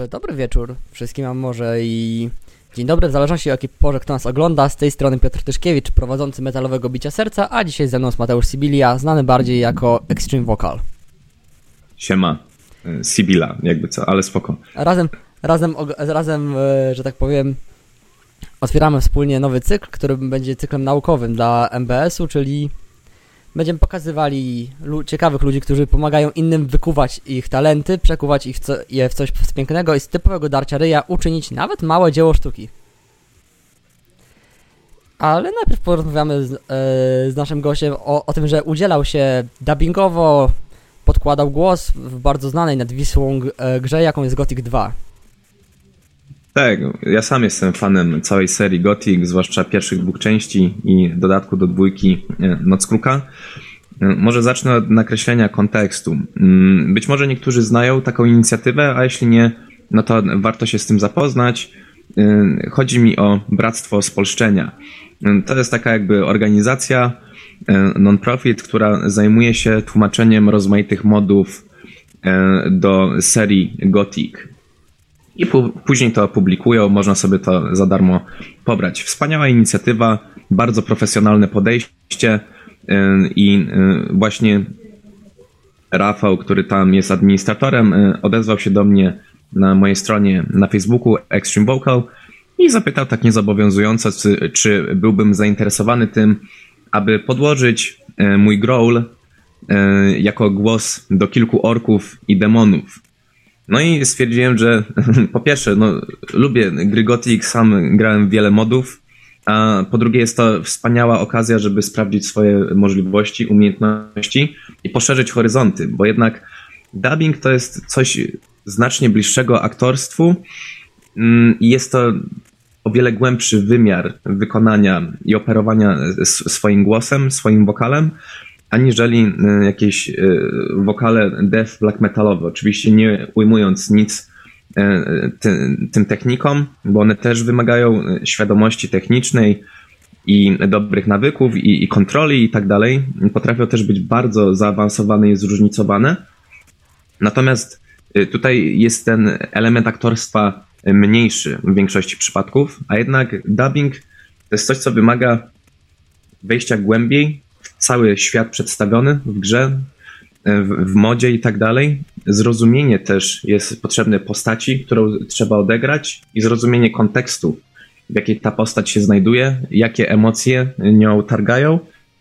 Może dobry wieczór wszystkim, a może i dzień dobry, w zależności o jakiej porze kto nas ogląda. Z tej strony Piotr Tyszkiewicz, prowadzący Metalowego Bicia Serca, a dzisiaj ze mną jest Mateusz Sibilia, znany bardziej jako Extreme Vocal. Siema, Sibila, jakby co, ale spoko. Razem, że tak powiem, otwieramy wspólnie nowy cykl, który będzie cyklem naukowym dla MBS-u, czyli będziemy pokazywali ciekawych ludzi, którzy pomagają innym wykuwać ich talenty, przekuwać je w coś pięknego i z typowego darcia ryja uczynić nawet małe dzieło sztuki. Ale najpierw porozmawiamy z naszym gościem o tym, że udzielał się dubbingowo, podkładał głos w bardzo znanej nad Wisłą grze, jaką jest Gothic 2. Tak, ja sam jestem fanem całej serii Gothic, zwłaszcza pierwszych dwóch części i dodatku do dwójki Nockrooka. Może zacznę od nakreślenia kontekstu. Być może niektórzy znają taką inicjatywę, a jeśli nie, no to warto się z tym zapoznać. Chodzi mi o Bractwo Spolszczenia. To jest taka jakby organizacja non-profit, która zajmuje się tłumaczeniem rozmaitych modów do serii Gothic. I później to publikują, można sobie to za darmo pobrać. Wspaniała inicjatywa, bardzo profesjonalne podejście i właśnie Rafał, który tam jest administratorem, odezwał się do mnie na mojej stronie na Facebooku Extreme Vocal i zapytał tak niezobowiązująco, czy byłbym zainteresowany tym, aby podłożyć mój growl jako głos do kilku orków i demonów. No i stwierdziłem, że po pierwsze, lubię gry Gothic, sam grałem w wiele modów, a po drugie jest to wspaniała okazja, żeby sprawdzić swoje możliwości, umiejętności i poszerzyć horyzonty, bo jednak dubbing to jest coś znacznie bliższego aktorstwu i jest to o wiele głębszy wymiar wykonania i operowania swoim głosem, swoim wokalem, aniżeli jakieś wokale death black metalowe. Oczywiście nie ujmując nic tym technikom, bo one też wymagają świadomości technicznej i dobrych nawyków i kontroli i tak dalej. Potrafią też być bardzo zaawansowane i zróżnicowane. Natomiast tutaj jest ten element aktorstwa mniejszy w większości przypadków, a jednak dubbing to jest coś, co wymaga wejścia głębiej w cały świat przedstawiony w grze, w modzie i tak dalej. Zrozumienie też jest potrzebne postaci, którą trzeba odegrać i zrozumienie kontekstu, w jakiej ta postać się znajduje, jakie emocje nią targają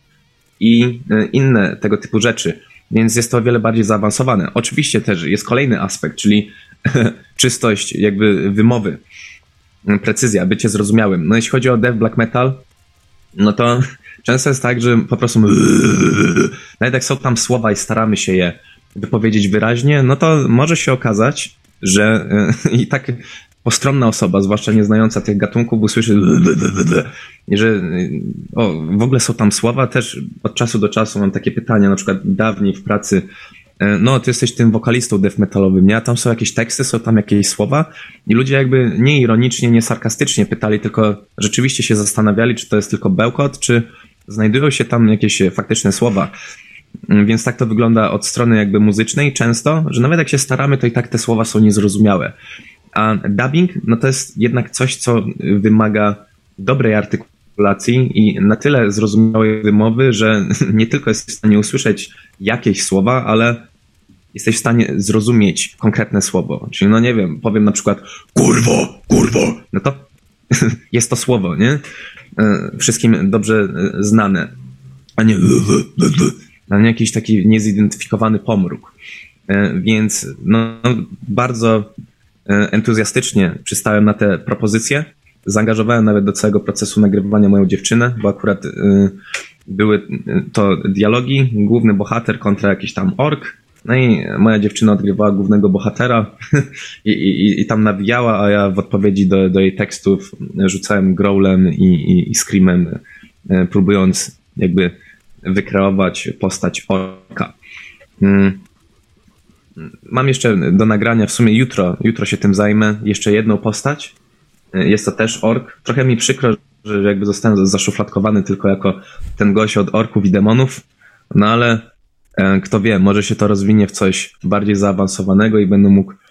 i inne tego typu rzeczy. Więc jest to o wiele bardziej zaawansowane. Oczywiście też jest kolejny aspekt, czyli czystość jakby wymowy, precyzja, bycie zrozumiałym. No jeśli chodzi o death black metal, no to często jest tak, że po prostu nawet jak są tam słowa i staramy się je wypowiedzieć wyraźnie, no to może się okazać, że i tak postronna osoba, zwłaszcza nieznająca tych gatunków, usłyszy i że w ogóle są tam słowa. Też od czasu do czasu mam takie pytania, na przykład dawniej w pracy, ty jesteś tym wokalistą death metalowym, nie? A tam są jakieś teksty, są tam jakieś słowa i ludzie jakby nie ironicznie, nie sarkastycznie pytali, tylko rzeczywiście się zastanawiali, czy to jest tylko bełkot, czy znajdują się tam jakieś faktyczne słowa. Więc tak to wygląda od strony jakby muzycznej często, że nawet jak się staramy, to i tak te słowa są niezrozumiałe. A dubbing, to jest jednak coś, co wymaga dobrej artykulacji i na tyle zrozumiałej wymowy, że nie tylko jesteś w stanie usłyszeć jakieś słowa, ale jesteś w stanie zrozumieć konkretne słowo. Czyli nie wiem, powiem na przykład kurwo, no to jest to słowo, nie? Wszystkim dobrze znane, a nie jakiś taki niezidentyfikowany pomruk. Więc bardzo entuzjastycznie przystałem na te propozycje. Zaangażowałem nawet do całego procesu nagrywania moją dziewczynę, bo akurat były to dialogi, główny bohater kontra jakiś tam ork. No i moja dziewczyna odgrywała głównego bohatera i tam nawijała, a ja w odpowiedzi do jej tekstów rzucałem growlem i screamem, próbując jakby wykreować postać orka. Mam jeszcze do nagrania, w sumie jutro się tym zajmę, jeszcze jedną postać. Jest to też ork. Trochę mi przykro, że jakby zostałem zaszufladkowany tylko jako ten gość od orków i demonów, ale kto wie, może się to rozwinie w coś bardziej zaawansowanego i będę mógł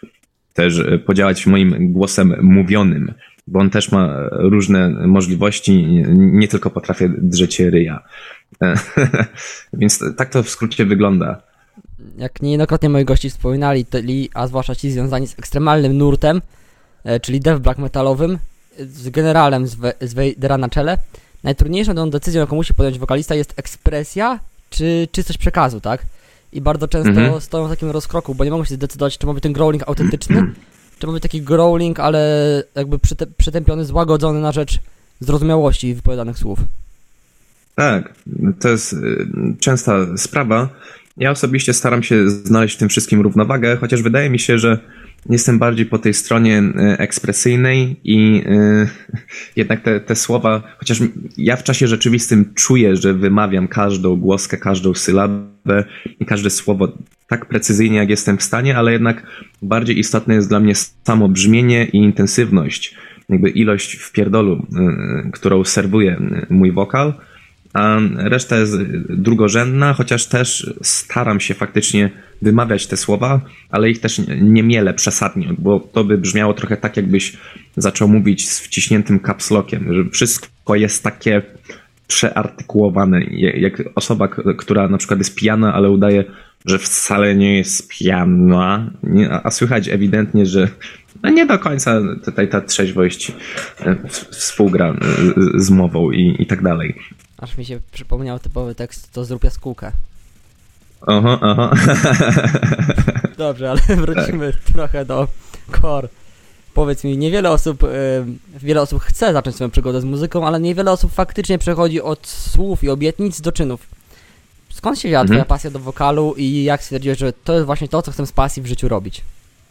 też podziałać moim głosem mówionym, bo on też ma różne możliwości, nie tylko potrafię drzeć ryja. Więc tak to w skrócie wygląda. Jak niejednokrotnie moi gości wspominali, a zwłaszcza ci związani z ekstremalnym nurtem, czyli death black metalowym, z generalem z Vadera na czele, najtrudniejszą tą decyzją, jaką musi podjąć wokalista, jest ekspresja czy czystość przekazu, tak? I bardzo często stoją w takim rozkroku, bo nie mogą się zdecydować, czy ma być ten growling autentyczny, czy ma być taki growling, ale jakby przytępiony, złagodzony na rzecz zrozumiałości wypowiadanych słów. Tak, to jest częsta sprawa. Ja osobiście staram się znaleźć w tym wszystkim równowagę, chociaż wydaje mi się, że jestem bardziej po tej stronie ekspresyjnej i jednak te słowa, chociaż ja w czasie rzeczywistym czuję, że wymawiam każdą głoskę, każdą sylabę i każde słowo tak precyzyjnie, jak jestem w stanie, ale jednak bardziej istotne jest dla mnie samo brzmienie i intensywność, jakby ilość wpierdolu, którą serwuje mój wokal, a reszta jest drugorzędna, chociaż też staram się faktycznie wymawiać te słowa, ale ich też nie mielę przesadnie, bo to by brzmiało trochę tak, jakbyś zaczął mówić z wciśniętym caps lockiem, że wszystko jest takie przeartykułowane, jak osoba, która na przykład jest pijana, ale udaje, że wcale nie jest pijana, a słychać ewidentnie, że no nie do końca tutaj ta trzeźwość współgra z mową i tak dalej. Aż mi się przypomniał typowy tekst, to zrób jaskółkę. Aha. Dobrze, ale wrócimy trochę do core. Powiedz mi, wiele osób chce zacząć swoją przygodę z muzyką, ale niewiele osób faktycznie przechodzi od słów i obietnic do czynów. Skąd się wzięła twoja pasja do wokalu i jak stwierdziłeś, że to jest właśnie to, co chcę z pasji w życiu robić?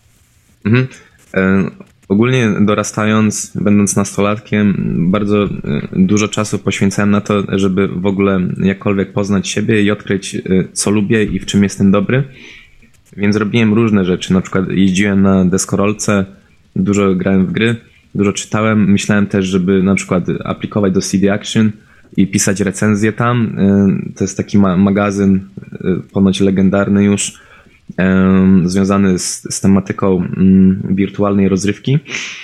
Ogólnie dorastając, będąc nastolatkiem, bardzo dużo czasu poświęcałem na to, żeby w ogóle jakkolwiek poznać siebie i odkryć, co lubię i w czym jestem dobry. Więc robiłem różne rzeczy, na przykład jeździłem na deskorolce, dużo grałem w gry, dużo czytałem. Myślałem też, żeby na przykład aplikować do CD Action i pisać recenzje tam. To jest taki magazyn, ponoć legendarny już, związany z tematyką wirtualnej rozrywki.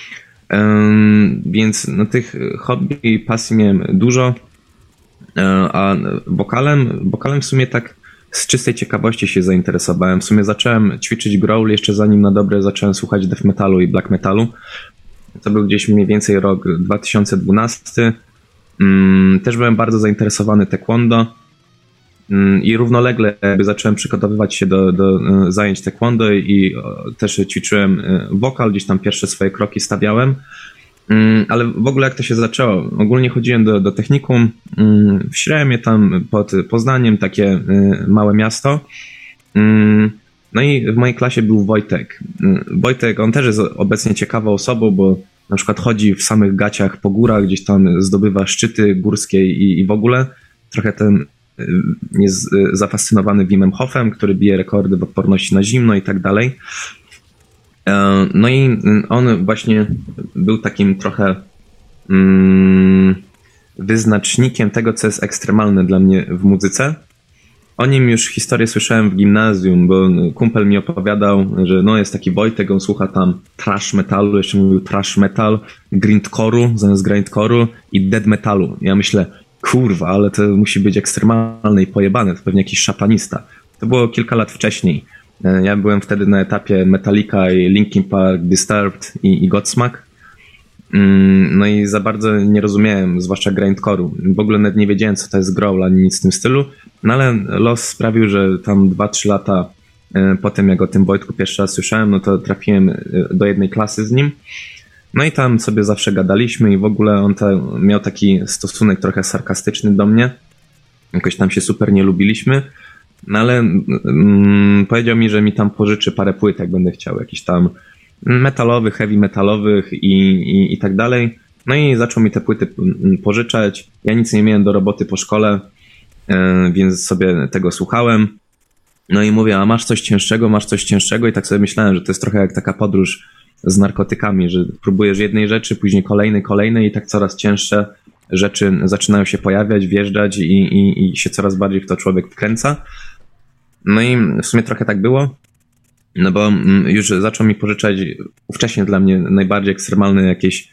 Więc no, tych hobby i pasji miałem dużo, a wokalem w sumie tak z czystej ciekawości się zainteresowałem. W sumie zacząłem ćwiczyć growl jeszcze zanim na dobre zacząłem słuchać death metalu i black metalu. To był gdzieś mniej więcej rok 2012. Też byłem bardzo zainteresowany taekwondo i równolegle jakby zacząłem przygotowywać się do zajęć taekwondo i też ćwiczyłem wokal, gdzieś tam pierwsze swoje kroki stawiałem. Ale w ogóle jak to się zaczęło? Ogólnie chodziłem do technikum w Śremie, tam pod Poznaniem, takie małe miasto. No i w mojej klasie był Wojtek. Wojtek, on też jest obecnie ciekawą osobą, bo na przykład chodzi w samych gaciach po górach, gdzieś tam zdobywa szczyty górskie i w ogóle trochę jest zafascynowany Wimem Hofem, który bije rekordy w odporności na zimno i tak dalej. No i on właśnie był takim trochę wyznacznikiem tego, co jest ekstremalne dla mnie w muzyce. O nim już historię słyszałem w gimnazjum, bo kumpel mi opowiadał, że no jest taki Wojtek, on słucha tam thrash metalu, jeszcze mówił thrash metal, grindcore'u zamiast grindcore'u i dead metalu. Ja myślę, kurwa, ale to musi być ekstremalne i pojebane, to pewnie jakiś szatanista. To było kilka lat wcześniej. Ja byłem wtedy na etapie Metallica i Linkin Park, Disturbed i Godsmack. No i za bardzo nie rozumiałem, zwłaszcza grindcore'u. W ogóle nawet nie wiedziałem, co to jest growl, ani nic w tym stylu. No ale los sprawił, że tam 2-3 lata potem, jak o tym Wojtku pierwszy raz słyszałem, no to trafiłem do jednej klasy z nim. No i tam sobie zawsze gadaliśmy i w ogóle on miał taki stosunek trochę sarkastyczny do mnie. Jakoś tam się super nie lubiliśmy. No ale powiedział mi, że mi tam pożyczy parę płyt, jak będę chciał, jakichś tam metalowych, heavy metalowych i tak dalej. No i zaczął mi te płyty pożyczać. Ja nic nie miałem do roboty po szkole, więc sobie tego słuchałem. No i mówię, a masz coś cięższego? I tak sobie myślałem, że to jest trochę jak taka podróż z narkotykami, że próbujesz jednej rzeczy, później kolejnej i tak coraz cięższe rzeczy zaczynają się pojawiać, wjeżdżać i się coraz bardziej w to człowiek wkręca. No i w sumie trochę tak było. No bo już zaczął mi pożyczać wcześniej dla mnie najbardziej ekstremalne jakieś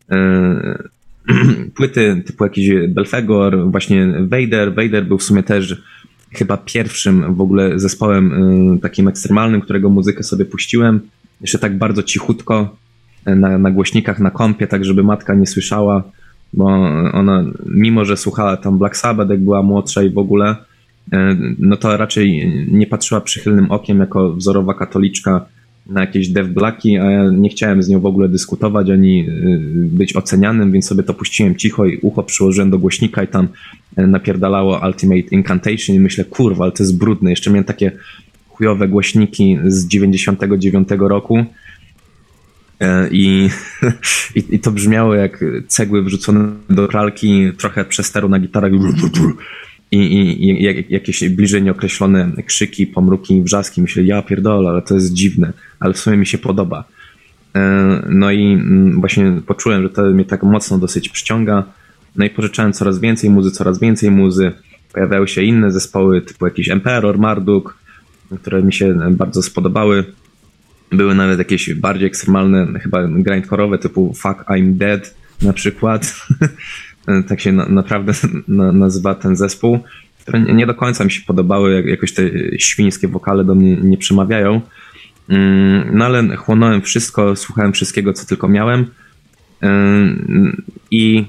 płyty typu jakiś Belfegor, właśnie Vader. Vader był w sumie też chyba pierwszym w ogóle zespołem takim ekstremalnym, którego muzykę sobie puściłem. Jeszcze tak bardzo cichutko na głośnikach, na kompie, tak żeby matka nie słyszała, bo ona, mimo że słuchała tam Black Sabbath, jak była młodsza i w ogóle, no to raczej nie patrzyła przychylnym okiem jako wzorowa katoliczka na jakieś Dev Blacki, a ja nie chciałem z nią w ogóle dyskutować ani być ocenianym, więc sobie to puściłem cicho i ucho przyłożyłem do głośnika i tam napierdalało Ultimate Incantation i myślę, kurwa, ale to jest brudne. Jeszcze miałem takie chujowe głośniki z 99 roku i to brzmiało jak cegły wrzucone do pralki, trochę przesteru na gitarach i jakieś bliżej nieokreślone krzyki, pomruki, wrzaski. Myślę, ja pierdolę, ale to jest dziwne, ale w sumie mi się podoba. No i właśnie poczułem, że to mnie tak mocno dosyć przyciąga. No i pożyczałem coraz więcej muzy. Pojawiały się inne zespoły, typu jakiś Emperor, Marduk, które mi się bardzo spodobały. Były nawet jakieś bardziej ekstremalne, chyba grindcore'owe, typu Fuck I'm Dead na przykład. Tak się naprawdę nazywa ten zespół, które nie do końca mi się podobały, jakoś te świńskie wokale do mnie nie przemawiają. No ale chłonąłem wszystko, słuchałem wszystkiego, co tylko miałem. I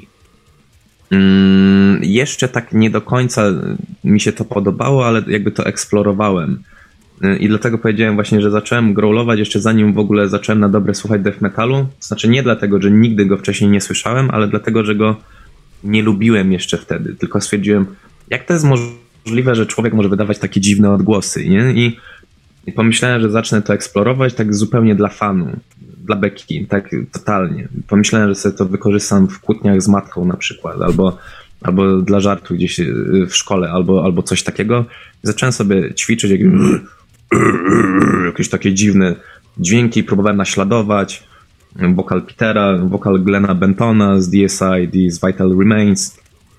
jeszcze tak nie do końca mi się to podobało, ale jakby to eksplorowałem. I dlatego powiedziałem właśnie, że zacząłem growlować jeszcze zanim w ogóle zacząłem na dobre słuchać death metalu. Znaczy nie dlatego, że nigdy go wcześniej nie słyszałem, ale dlatego, że go nie lubiłem jeszcze wtedy. Tylko stwierdziłem, jak to jest możliwe, że człowiek może wydawać takie dziwne odgłosy, nie? I pomyślałem, że zacznę to eksplorować tak zupełnie dla fanu, dla beki, tak totalnie. Pomyślałem, że sobie to wykorzystam w kłótniach z matką na przykład, albo dla żartu gdzieś w szkole, albo coś takiego. Zacząłem sobie ćwiczyć jakieś takie dziwne dźwięki, próbowałem naśladować wokal Petera, wokal Glena Bentona z DSI, z Vital Remains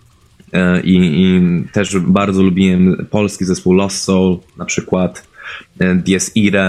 i też bardzo lubiłem polski zespół Lost Soul, na przykład Dies Irae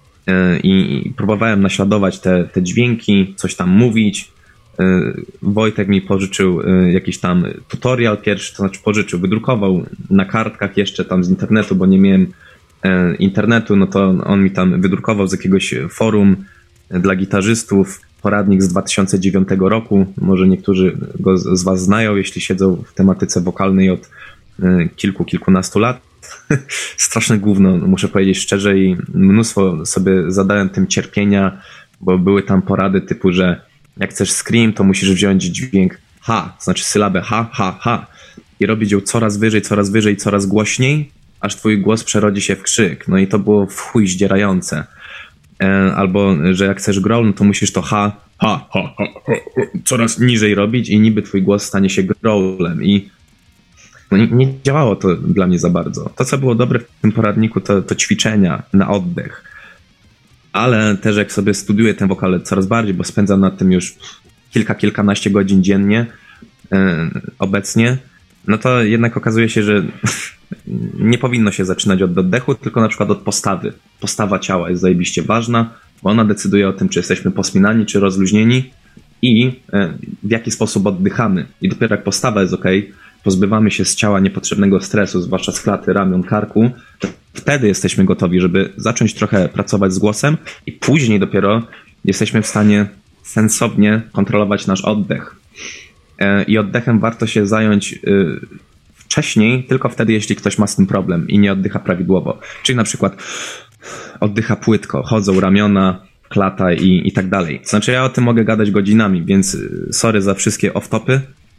i próbowałem naśladować te dźwięki, coś tam mówić. Wojtek mi pożyczył jakiś tam tutorial pierwszy, to znaczy pożyczył, wydrukował na kartkach jeszcze tam z internetu, bo nie miałem internetu, no to on mi tam wydrukował z jakiegoś forum dla gitarzystów poradnik z 2009 roku. Może niektórzy go z was znają, jeśli siedzą w tematyce wokalnej od kilkunastu lat. Straszne gówno, muszę powiedzieć szczerze, i mnóstwo sobie zadałem tym cierpienia, bo były tam porady typu, że jak chcesz scream, to musisz wziąć dźwięk H, to znaczy sylabę H, H, H i robić ją coraz wyżej, coraz głośniej, aż twój głos przerodzi się w krzyk. No i to było w chuj zdzierające. Albo, że jak chcesz growl, no to musisz to H, H, H, H, H coraz niżej robić i niby twój głos stanie się growlem. I no nie działało to dla mnie za bardzo. To, co było dobre w tym poradniku, to ćwiczenia na oddech. Ale też jak sobie studiuję ten wokal coraz bardziej, bo spędzam nad tym już kilkanaście godzin dziennie obecnie, no to jednak okazuje się, że nie powinno się zaczynać od oddechu, tylko na przykład od postawy. Postawa ciała jest zajebiście ważna, bo ona decyduje o tym, czy jesteśmy posminani, czy rozluźnieni i w jaki sposób oddychamy. I dopiero jak postawa jest okej, pozbywamy się z ciała niepotrzebnego stresu, zwłaszcza z klaty, ramion, karku, wtedy jesteśmy gotowi, żeby zacząć trochę pracować z głosem i później dopiero jesteśmy w stanie sensownie kontrolować nasz oddech. I oddechem warto się zająć wcześniej, tylko wtedy, jeśli ktoś ma z tym problem i nie oddycha prawidłowo. Czyli na przykład oddycha płytko, chodzą ramiona, klata i tak dalej. Znaczy ja o tym mogę gadać godzinami, więc sorry za wszystkie off-topy.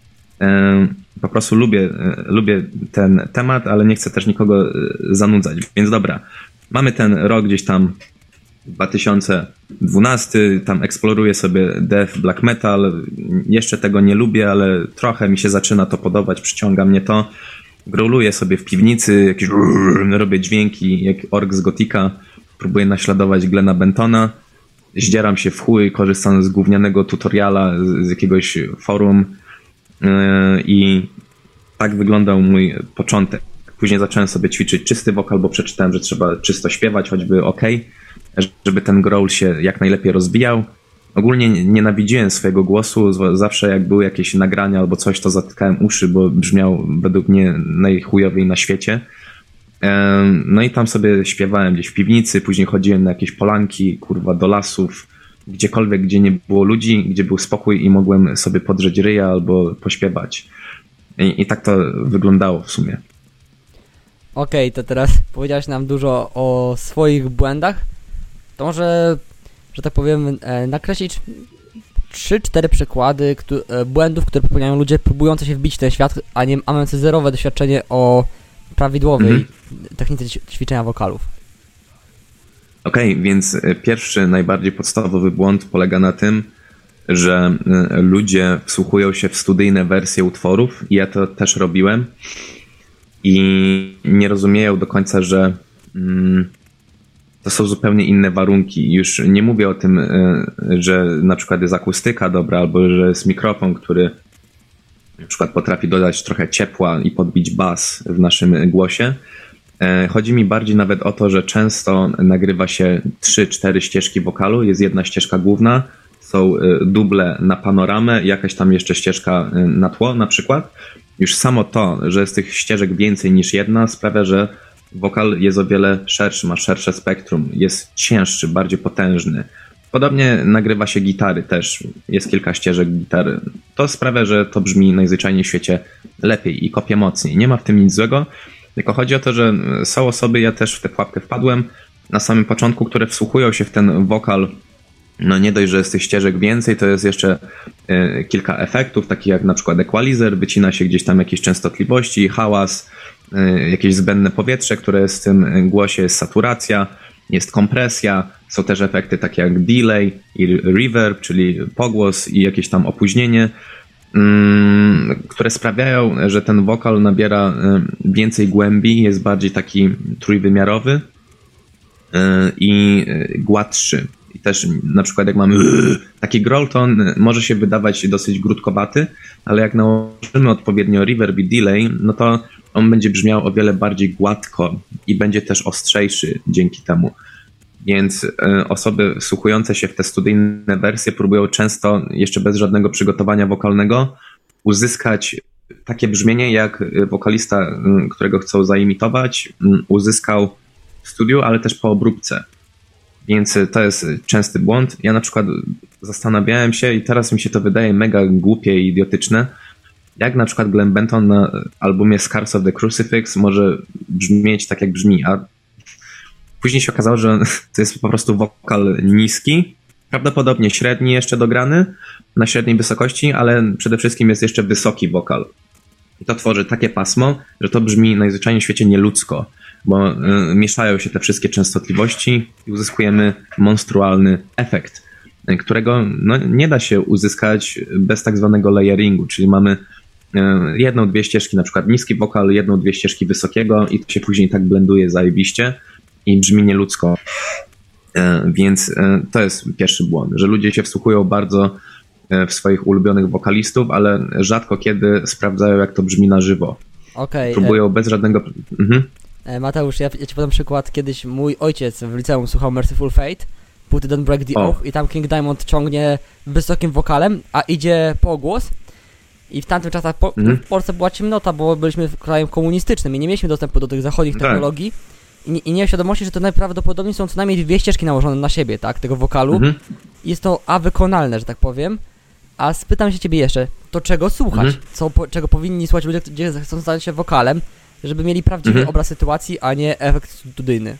Po prostu lubię ten temat, ale nie chcę też nikogo zanudzać. Więc dobra, mamy ten rok gdzieś tam 2012, tam eksploruję sobie death, black metal. Jeszcze tego nie lubię, ale trochę mi się zaczyna to podobać, przyciąga mnie to. Growluję sobie w piwnicy, jakieś robię dźwięki jak ork z Gotika, próbuję naśladować Glena Bentona. Zdzieram się w chuj, korzystam z gównianego tutoriala z jakiegoś forum i tak wyglądał mój początek. Później zacząłem sobie ćwiczyć czysty wokal, bo przeczytałem, że trzeba czysto śpiewać, choćby okej. żeby ten growl się jak najlepiej rozwijał. Ogólnie nienawidziłem swojego głosu, zawsze jak były jakieś nagrania albo coś, to zatykałem uszy, bo brzmiał według mnie najchujowiej na świecie. No i tam sobie śpiewałem gdzieś w piwnicy, później chodziłem na jakieś polanki, kurwa, do lasów, gdziekolwiek, gdzie nie było ludzi, gdzie był spokój i mogłem sobie podrzeć ryja albo pośpiewać. I tak to wyglądało w sumie. Okej, to teraz powiedziałeś nam dużo o swoich błędach. To może, że tak powiem, nakreślić 3-4 przykłady błędów, które popełniają ludzie próbujący się wbić w ten świat, a nie mający zerowe doświadczenie o prawidłowej technice ćwiczenia wokalów. Okej, więc pierwszy, najbardziej podstawowy błąd polega na tym, że ludzie wsłuchują się w studyjne wersje utworów i ja to też robiłem i nie rozumieją do końca, że to są zupełnie inne warunki. Już nie mówię o tym, że na przykład jest akustyka dobra albo że jest mikrofon, który na przykład potrafi dodać trochę ciepła i podbić bas w naszym głosie. Chodzi mi bardziej nawet o to, że często nagrywa się 3-4 ścieżki wokalu, jest jedna ścieżka główna, są duble na panoramę, jakaś tam jeszcze ścieżka na tło na przykład. Już samo to, że jest tych ścieżek więcej niż jedna, sprawia, że wokal jest o wiele szerszy, ma szersze spektrum, jest cięższy, bardziej potężny. Podobnie nagrywa się gitary też, jest kilka ścieżek gitary. To sprawia, że to brzmi najzwyczajniej w świecie lepiej i kopie mocniej. Nie ma w tym nic złego, tylko chodzi o to, że są osoby, ja też w tę pułapkę wpadłem na samym początku, które wsłuchują się w ten wokal. No nie dość, że jest tych ścieżek więcej, to jest jeszcze kilka efektów, takich jak na przykład equalizer, wycina się gdzieś tam jakieś częstotliwości, hałas, jakieś zbędne powietrze, które jest w tym głosie, jest saturacja, jest kompresja, są też efekty takie jak delay i reverb, czyli pogłos i jakieś tam opóźnienie, które sprawiają, że ten wokal nabiera więcej głębi, jest bardziej taki trójwymiarowy i gładszy. I też na przykład jak mamy taki growl, to on może się wydawać dosyć grudkowaty, ale jak nałożymy odpowiednio reverb i delay, no to on będzie brzmiał o wiele bardziej gładko i będzie też ostrzejszy dzięki temu. Więc osoby wsłuchujące się w te studyjne wersje próbują często, jeszcze bez żadnego przygotowania wokalnego, uzyskać takie brzmienie, jak wokalista, którego chcą zaimitować, uzyskał w studiu, ale też po obróbce. Więc to jest częsty błąd. Ja na przykład zastanawiałem się i teraz mi się to wydaje mega głupie i idiotyczne, jak na przykład Glenn Benton na albumie Scars of the Crucifix może brzmieć tak, jak brzmi, a później się okazało, że to jest po prostu wokal niski, prawdopodobnie średni jeszcze dograny, na średniej wysokości, ale przede wszystkim jest jeszcze wysoki wokal. I to tworzy takie pasmo, że to brzmi najzwyczajniej w świecie nieludzko, bo mieszają się te wszystkie częstotliwości i uzyskujemy monstrualny efekt, którego no, nie da się uzyskać bez tak zwanego layeringu, czyli mamy jedną, dwie ścieżki, na przykład niski wokal, jedną, dwie ścieżki wysokiego i to się później tak blenduje zajebiście i brzmi nieludzko. Więc to jest pierwszy błąd, że ludzie się wsłuchują bardzo w swoich ulubionych wokalistów, ale rzadko kiedy sprawdzają, jak to brzmi na żywo. Okej. Próbują bez żadnego... Mateusz, ja ci podam przykład. Kiedyś mój ojciec w liceum słuchał Merciful Fate, Put It Don't Break the Oath i tam King Diamond ciągnie wysokim wokalem, a idzie pogłos. I w tamtych czasach w Polsce była ciemnota, bo byliśmy krajem komunistycznym i nie mieliśmy dostępu do tych zachodnich technologii. I nie miałem świadomości, że to najprawdopodobniej są co najmniej dwie ścieżki nałożone na siebie, tak, tego wokalu. Jest to wykonalne, że tak powiem. A spytam się ciebie jeszcze, to czego słuchać? Czego powinni słuchać ludzie, gdzie chcą stać się wokalem, żeby mieli prawdziwy obraz sytuacji, a nie efekt studyjny?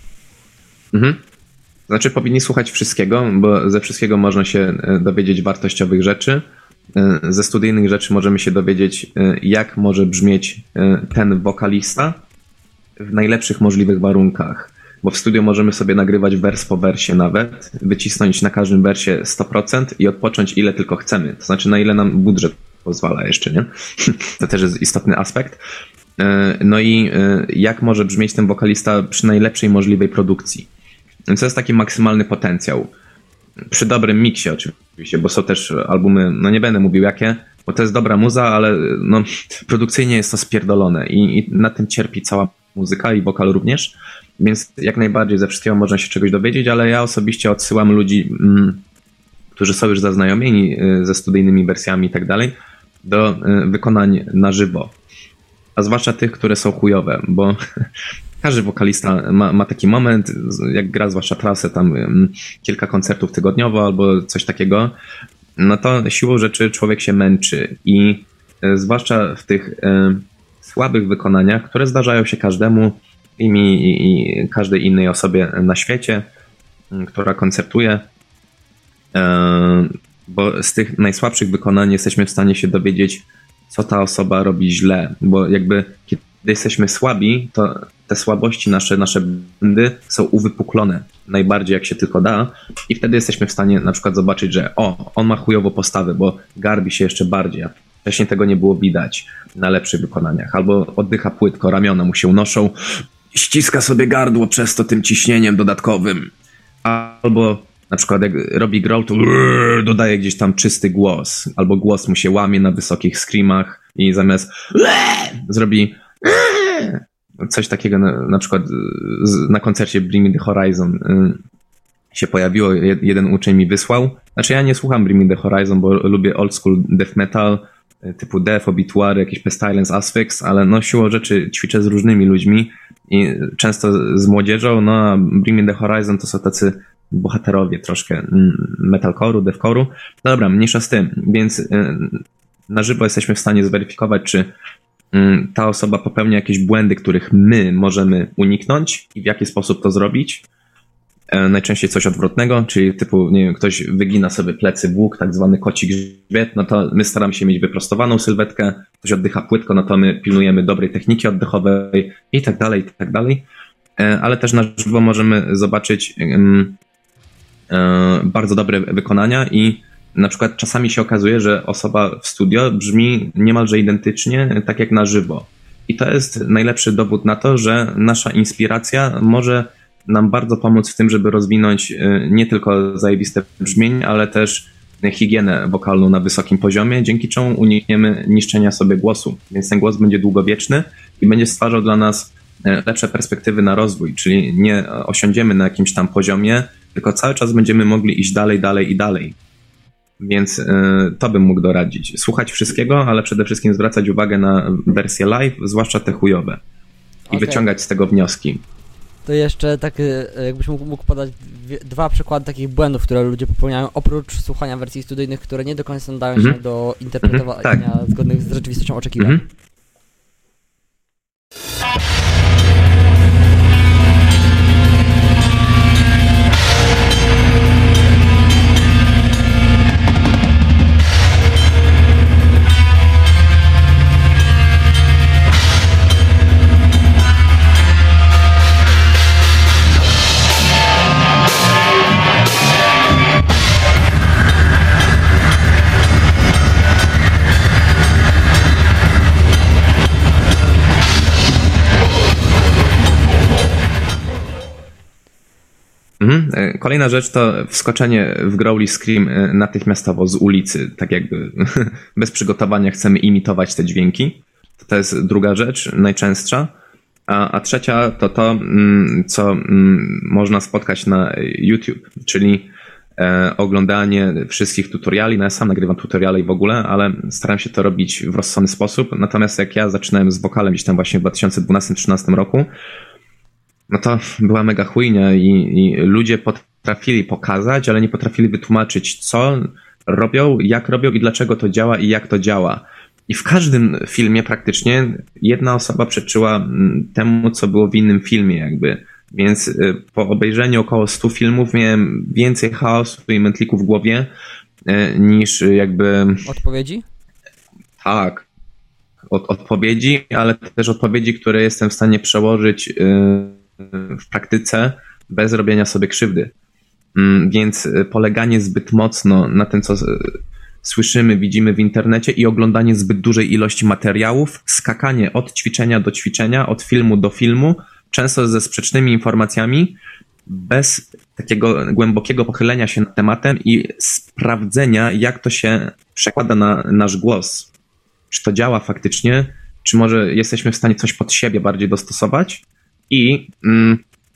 Znaczy powinni słuchać wszystkiego, bo ze wszystkiego można się dowiedzieć wartościowych rzeczy. Ze studyjnych rzeczy możemy się dowiedzieć, jak może brzmieć ten wokalista w najlepszych możliwych warunkach. Bo w studiu możemy sobie nagrywać wers po wersie nawet, wycisnąć na każdym wersie 100% i odpocząć ile tylko chcemy. To znaczy na ile nam budżet pozwala jeszcze, nie? To też jest istotny aspekt. No i jak może brzmieć ten wokalista przy najlepszej możliwej produkcji. Więc to jest taki maksymalny potencjał. Przy dobrym miksie oczywiście, bo są też albumy, no nie będę mówił jakie, bo to jest dobra muza, ale no, produkcyjnie jest to spierdolone i na tym cierpi cała muzyka i wokal również. Więc jak najbardziej ze wszystkiego można się czegoś dowiedzieć, ale ja osobiście odsyłam ludzi, którzy są już zaznajomieni ze studyjnymi wersjami i tak dalej, do wykonań na żywo. A zwłaszcza tych, które są chujowe, bo każdy wokalista ma taki moment, jak gra zwłaszcza trasę, tam kilka koncertów tygodniowo albo coś takiego, no to siłą rzeczy człowiek się męczy i zwłaszcza w tych słabych wykonaniach, które zdarzają się każdemu i każdej innej osobie na świecie, która koncertuje, bo z tych najsłabszych wykonań jesteśmy w stanie się dowiedzieć, co ta osoba robi źle, bo jakby kiedy jesteśmy słabi, to te słabości nasze błędy są uwypuklone najbardziej jak się tylko da i wtedy jesteśmy w stanie na przykład zobaczyć, że on ma chujową postawę, bo garbi się jeszcze bardziej, a wcześniej tego nie było widać na lepszych wykonaniach, albo oddycha płytko, ramiona mu się unoszą, ściska sobie gardło przez to tym ciśnieniem dodatkowym, albo na przykład jak robi growl, to dodaje gdzieś tam czysty głos, albo głos mu się łamie na wysokich screamach i zamiast zrobi coś takiego, na przykład na koncercie Bring Me The Horizon się pojawiło, jeden uczeń mi wysłał, znaczy ja nie słucham Bring Me The Horizon, bo lubię old school death metal, typu Death, Obituary, jakieś Pestilence, Asphyx, ale no siłą rzeczy ćwiczę z różnymi ludźmi i często z młodzieżą, no a Bring Me The Horizon to są tacy bohaterowie troszkę metalcore'u, deathcore'u. Dobra, mniejsza z tym, więc na żywo jesteśmy w stanie zweryfikować, czy ta osoba popełnia jakieś błędy, których my możemy uniknąć i w jaki sposób to zrobić. Najczęściej coś odwrotnego, czyli typu, nie wiem, ktoś wygina sobie plecy w łuk, tak zwany koci grzbiet, no to my staramy się mieć wyprostowaną sylwetkę, ktoś oddycha płytko, no to my pilnujemy dobrej techniki oddechowej i tak dalej, i tak dalej. Ale też na żywo możemy zobaczyć bardzo dobre wykonania i na przykład czasami się okazuje, że osoba w studio brzmi niemalże identycznie, tak jak na żywo. I to jest najlepszy dowód na to, że nasza inspiracja może nam bardzo pomóc w tym, żeby rozwinąć nie tylko zajebiste brzmienie, ale też higienę wokalną na wysokim poziomie, dzięki czemu unikniemy niszczenia sobie głosu. Więc ten głos będzie długowieczny i będzie stwarzał dla nas lepsze perspektywy na rozwój, czyli nie osiądziemy na jakimś tam poziomie, tylko cały czas będziemy mogli iść dalej, dalej i dalej. Więc to bym mógł doradzić. Słuchać wszystkiego, ale przede wszystkim zwracać uwagę na wersje live, zwłaszcza te chujowe. I wyciągać z tego wnioski. To jeszcze tak, jakbyś mógł podać dwa przykłady takich błędów, które ludzie popełniają, oprócz słuchania wersji studyjnych, które nie do końca nadają się do interpretowania zgodnych z rzeczywistością oczekiwań. Kolejna rzecz to wskoczenie w growly scream natychmiastowo z ulicy, tak jakby bez przygotowania chcemy imitować te dźwięki. To jest druga rzecz, najczęstsza. A trzecia to to, co można spotkać na YouTube, czyli oglądanie wszystkich tutoriali. No ja sam nagrywam tutoriale i w ogóle, ale staram się to robić w rozsądny sposób. Natomiast jak ja zaczynałem z wokalem gdzieś tam właśnie w 2012-2013 roku, no to była mega chujnia i ludzie potrafili pokazać, ale nie potrafili wytłumaczyć, co robią, jak robią i dlaczego to działa i jak to działa. I w każdym filmie praktycznie jedna osoba przeczyła temu, co było w innym filmie jakby. Więc po obejrzeniu około 100 filmów miałem więcej chaosu i mętliku w głowie niż jakby... Odpowiedzi? Tak. Odpowiedzi, ale też odpowiedzi, które jestem w stanie przełożyć w praktyce bez robienia sobie krzywdy. Więc poleganie zbyt mocno na tym, co słyszymy, widzimy w internecie i oglądanie zbyt dużej ilości materiałów, skakanie od ćwiczenia do ćwiczenia, od filmu do filmu, często ze sprzecznymi informacjami, bez takiego głębokiego pochylenia się nad tematem i sprawdzenia, jak to się przekłada na nasz głos. Czy to działa faktycznie, czy może jesteśmy w stanie coś pod siebie bardziej dostosować i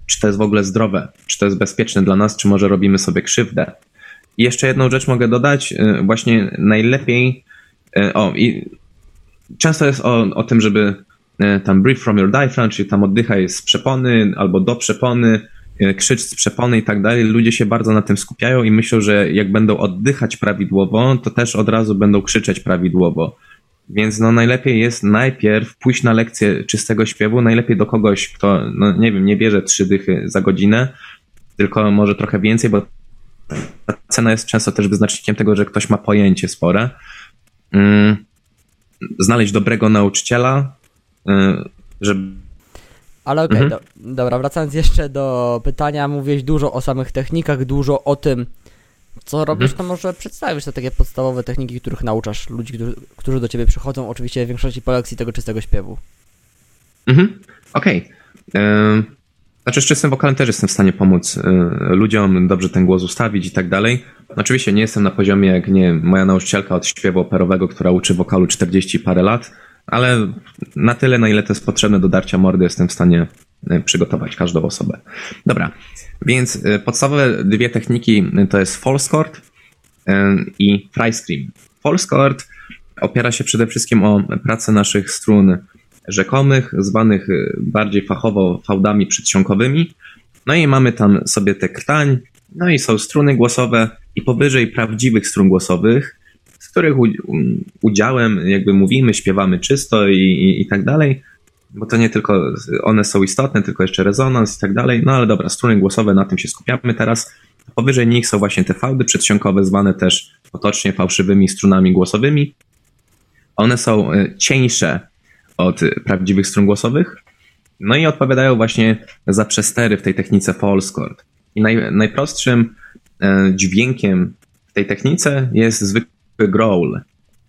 czy to jest w ogóle zdrowe, czy to jest bezpieczne dla nas, czy może robimy sobie krzywdę. I jeszcze jedną rzecz mogę dodać, właśnie najlepiej, i często jest o tym, żeby tam breathe from your diaphragm, czyli tam oddychaj z przepony albo do przepony, krzycz z przepony i tak dalej. Ludzie się bardzo na tym skupiają i myślą, że jak będą oddychać prawidłowo, to też od razu będą krzyczeć prawidłowo. Więc no najlepiej jest najpierw pójść na lekcję czystego śpiewu, najlepiej do kogoś, kto, no nie wiem, nie bierze 3 dychy za godzinę, tylko może trochę więcej, bo ta cena jest często też wyznacznikiem tego, że ktoś ma pojęcie spore. Znaleźć dobrego nauczyciela, żeby... Ale okej, dobra, wracając jeszcze do pytania, mówiłeś dużo o samych technikach, dużo o tym, co robisz, to może przedstawisz te takie podstawowe techniki, których nauczasz ludzi, którzy do ciebie przychodzą, oczywiście w większości po lekcji tego czystego śpiewu. Okej. Znaczy z czystym wokalem też jestem w stanie pomóc ludziom, dobrze ten głos ustawić i tak dalej. Oczywiście nie jestem na poziomie jak moja nauczycielka od śpiewu operowego, która uczy wokalu 40 parę lat, ale na tyle, na ile to jest potrzebne do darcia mordy, jestem w stanie przygotować każdą osobę. Dobra, więc podstawowe 2 techniki to jest false chord i fry scream. False chord opiera się przede wszystkim o pracę naszych strun rzekomych, zwanych bardziej fachowo fałdami przedsionkowymi. No i mamy tam sobie te krtań, no i są struny głosowe i powyżej prawdziwych strun głosowych, z których udziałem jakby mówimy, śpiewamy czysto i tak dalej, bo to nie tylko one są istotne, tylko jeszcze rezonans i tak dalej, no ale dobra, struny głosowe, na tym się skupiamy teraz. Powyżej nich są właśnie te fałdy przedsionkowe, zwane też potocznie fałszywymi strunami głosowymi. One są cieńsze od prawdziwych strun głosowych, no i odpowiadają właśnie za przestery w tej technice false chord. I najprostszym dźwiękiem w tej technice jest zwykły growl.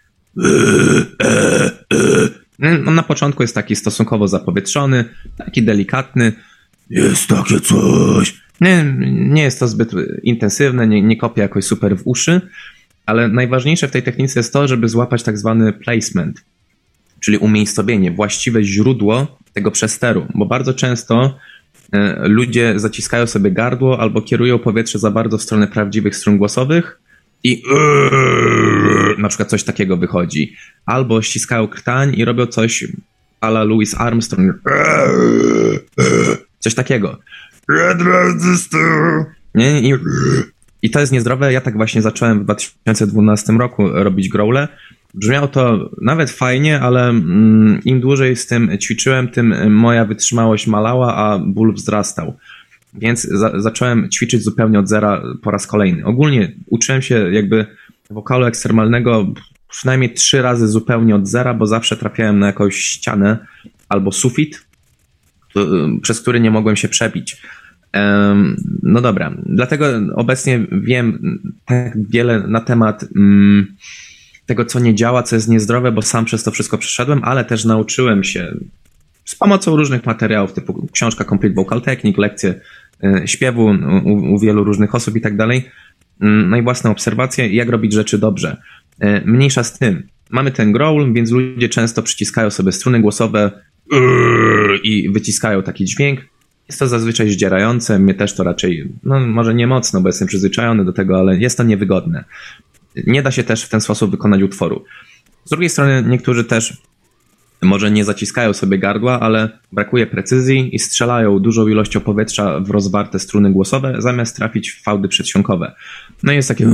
On na początku jest taki stosunkowo zapowietrzony, taki delikatny. Jest takie coś. Nie jest to zbyt intensywne, nie kopie jakoś super w uszy, ale najważniejsze w tej technice jest to, żeby złapać tak zwany placement, czyli umiejscowienie, właściwe źródło tego przesteru, bo bardzo często ludzie zaciskają sobie gardło albo kierują powietrze za bardzo w stronę prawdziwych strun głosowych i na przykład coś takiego wychodzi. Albo ściskają krtań i robią coś a la Louis Armstrong. Coś takiego. Nie? I to jest niezdrowe. Ja tak właśnie zacząłem w 2012 roku robić growle. Brzmiało to nawet fajnie, ale im dłużej z tym ćwiczyłem, tym moja wytrzymałość malała, a ból wzrastał. Więc zacząłem ćwiczyć zupełnie od zera po raz kolejny. Ogólnie uczyłem się jakby wokalu ekstremalnego przynajmniej 3 razy zupełnie od zera, bo zawsze trafiałem na jakąś ścianę albo sufit, przez który nie mogłem się przebić. No dobra, dlatego obecnie wiem tak wiele na temat tego, co nie działa, co jest niezdrowe, bo sam przez to wszystko przeszedłem, ale też nauczyłem się z pomocą różnych materiałów, typu książka Complete Vocal Technique, lekcje śpiewu u wielu różnych osób i tak dalej, no i własne obserwacje, jak robić rzeczy dobrze. Mniejsza z tym. Mamy ten growl, więc ludzie często przyciskają sobie struny głosowe i wyciskają taki dźwięk. Jest to zazwyczaj zdzierające, mnie też to raczej, no może nie mocno, bo jestem przyzwyczajony do tego, ale jest to niewygodne. Nie da się też w ten sposób wykonać utworu. Z drugiej strony niektórzy też może nie zaciskają sobie gardła, ale brakuje precyzji i strzelają dużą ilością powietrza w rozwarte struny głosowe, zamiast trafić w fałdy przedsionkowe. No i jest takie...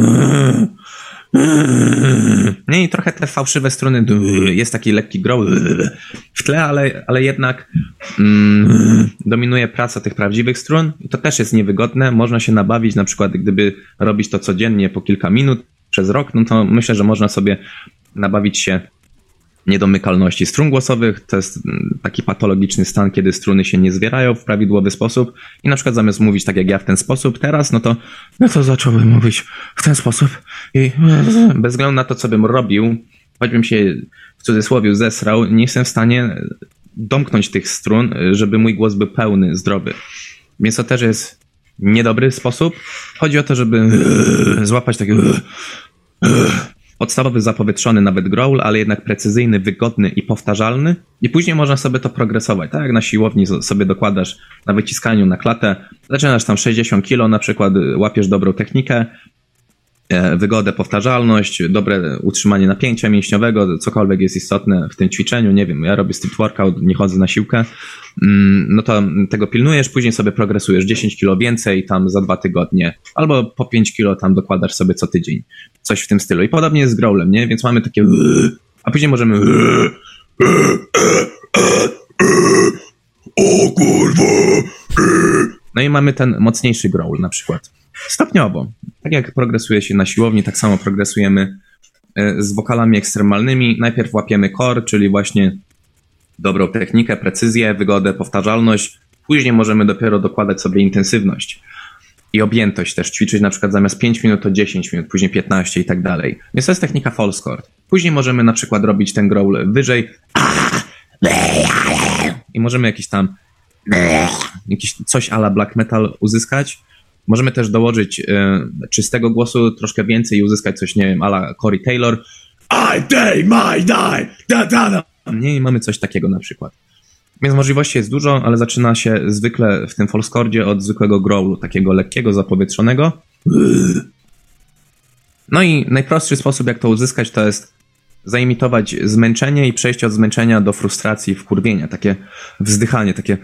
Nie, i trochę te fałszywe struny, jest taki lekki growl w tle, ale jednak dominuje praca tych prawdziwych strun i to też jest niewygodne. Można się nabawić, na przykład gdyby robić to codziennie po kilka minut przez rok, no to myślę, że można sobie nabawić się niedomykalności strun głosowych. To jest taki patologiczny stan, kiedy struny się nie zwierają w prawidłowy sposób i na przykład zamiast mówić tak jak ja w ten sposób teraz, no to zacząłbym mówić w ten sposób i bez względu na to, co bym robił, choćbym się w cudzysłowie zesrał, nie jestem w stanie domknąć tych strun, żeby mój głos był pełny, zdrowy. Więc to też jest niedobry sposób. Chodzi o to, żeby złapać takie podstawowy, zapowietrzony nawet growl, ale jednak precyzyjny, wygodny i powtarzalny. I później można sobie to progresować. Tak jak na siłowni sobie dokładasz na wyciskaniu na klatę, zaczynasz tam 60 kg, na przykład łapiesz dobrą technikę, wygodę, powtarzalność, dobre utrzymanie napięcia mięśniowego, cokolwiek jest istotne w tym ćwiczeniu, nie wiem, ja robię street workout, nie chodzę na siłkę, no to tego pilnujesz, później sobie progresujesz 10 kg więcej tam za 2 tygodnie, albo po 5 kg tam dokładasz sobie co tydzień, coś w tym stylu. I podobnie jest z growlem, nie? Więc mamy takie a później możemy o kurwa. No i mamy ten mocniejszy growl na przykład. Stopniowo. Tak jak progresuje się na siłowni, tak samo progresujemy z wokalami ekstremalnymi. Najpierw łapiemy core, czyli właśnie dobrą technikę, precyzję, wygodę, powtarzalność. Później możemy dopiero dokładać sobie intensywność i objętość też. Ćwiczyć na przykład zamiast 5 minut to 10 minut, później 15 i tak dalej. Więc to jest technika false chord. Później możemy na przykład robić ten growl wyżej i możemy jakiś coś a la black metal uzyskać. Możemy też dołożyć czystego głosu troszkę więcej i uzyskać coś, nie wiem, a la Corey Taylor. I day my die, da, da, da. Nie, i mamy coś takiego na przykład. Więc możliwości jest dużo, ale zaczyna się zwykle w tym false chordzie od zwykłego growlu, takiego lekkiego, zapowietrzonego. No i najprostszy sposób, jak to uzyskać, to jest zaimitować zmęczenie i przejście od zmęczenia do frustracji, wkurwienia. Takie wzdychanie, takie...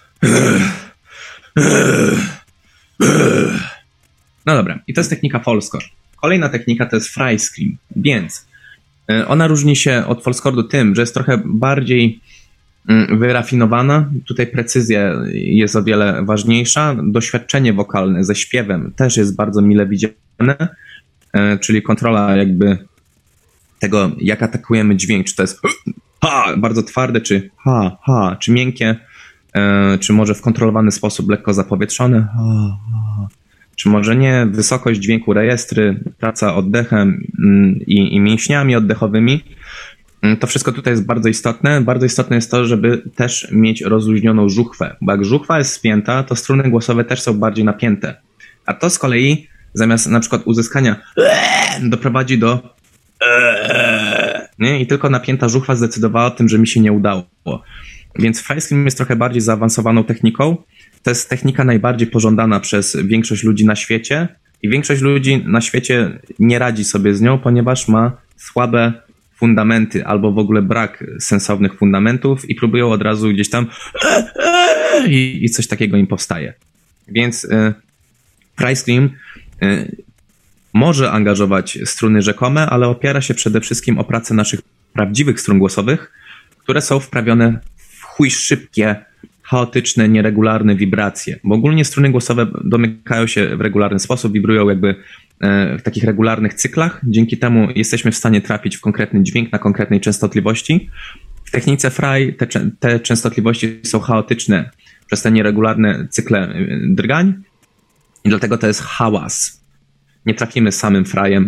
No dobra, i to jest technika false chord. Kolejna technika to jest fry scream, więc ona różni się od false chordu tym, że jest trochę bardziej wyrafinowana. Tutaj precyzja jest o wiele ważniejsza. Doświadczenie wokalne ze śpiewem też jest bardzo mile widziane, czyli kontrola jakby tego, jak atakujemy dźwięk, czy to jest ha, bardzo twarde, czy ha, ha, czy miękkie, czy może w kontrolowany sposób lekko zapowietrzone, ha, ha. Czy może nie, wysokość dźwięku, rejestry, praca oddechem i mięśniami oddechowymi. To wszystko tutaj jest bardzo istotne. Bardzo istotne jest to, żeby też mieć rozluźnioną żuchwę, bo jak żuchwa jest spięta, to struny głosowe też są bardziej napięte. A to z kolei zamiast na przykład uzyskania doprowadzi do nie? I tylko napięta żuchwa zdecydowała o tym, że mi się nie udało. Więc fry scream jest trochę bardziej zaawansowaną techniką. To jest technika najbardziej pożądana przez większość ludzi na świecie i większość ludzi na świecie nie radzi sobie z nią, ponieważ ma słabe fundamenty albo w ogóle brak sensownych fundamentów i próbują od razu gdzieś tam i coś takiego im powstaje. Więc fry scream może angażować struny rzekome, ale opiera się przede wszystkim o pracę naszych prawdziwych strun głosowych, które są wprawione w chuj szybkie, chaotyczne, nieregularne wibracje. Bo ogólnie struny głosowe domykają się w regularny sposób, wibrują jakby w takich regularnych cyklach. Dzięki temu jesteśmy w stanie trafić w konkretny dźwięk na konkretnej częstotliwości. W technice fry te częstotliwości są chaotyczne przez te nieregularne cykle drgań i dlatego to jest hałas. Nie trafimy samym frajem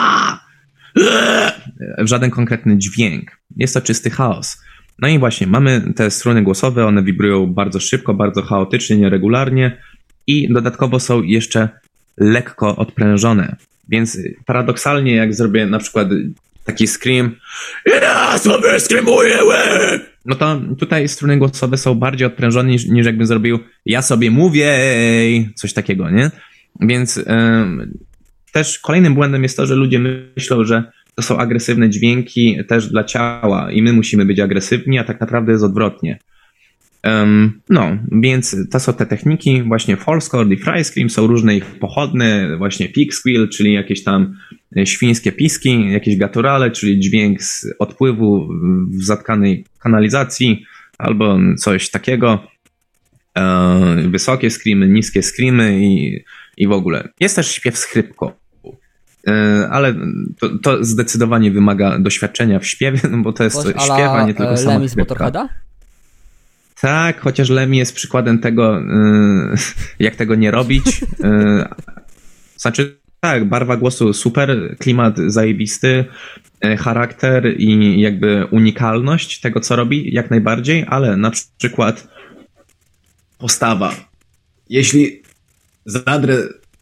w żaden konkretny dźwięk. Jest to czysty chaos. No i właśnie, mamy te struny głosowe, one wibrują bardzo szybko, bardzo chaotycznie, nieregularnie i dodatkowo są jeszcze lekko odprężone. Więc paradoksalnie, jak zrobię na przykład taki scream, ja sobie screamuję, no to tutaj struny głosowe są bardziej odprężone niż jakbym zrobił ja sobie mówię, coś takiego, nie? Więc też kolejnym błędem jest to, że ludzie myślą, że to są agresywne dźwięki też dla ciała i my musimy być agresywni, a tak naprawdę jest odwrotnie. No, więc to są te techniki, właśnie false chord i fry scream, są różne ich pochodne, właśnie pig squeal, czyli jakieś tam świńskie piski, jakieś gutturale, czyli dźwięk z odpływu w zatkanej kanalizacji, albo coś takiego, wysokie screamy, niskie screamy i w ogóle. Jest też śpiew z chrypką, ale to zdecydowanie wymaga doświadczenia w śpiewie, no bo to jest śpiew, a nie tylko sama Lemmy z Motorheada? Tak, chociaż Lemmy jest przykładem tego, jak tego nie robić. Znaczy, tak, barwa głosu super, klimat zajebisty, charakter i jakby unikalność tego, co robi, jak najbardziej, ale na przykład postawa. Jeśli zadrę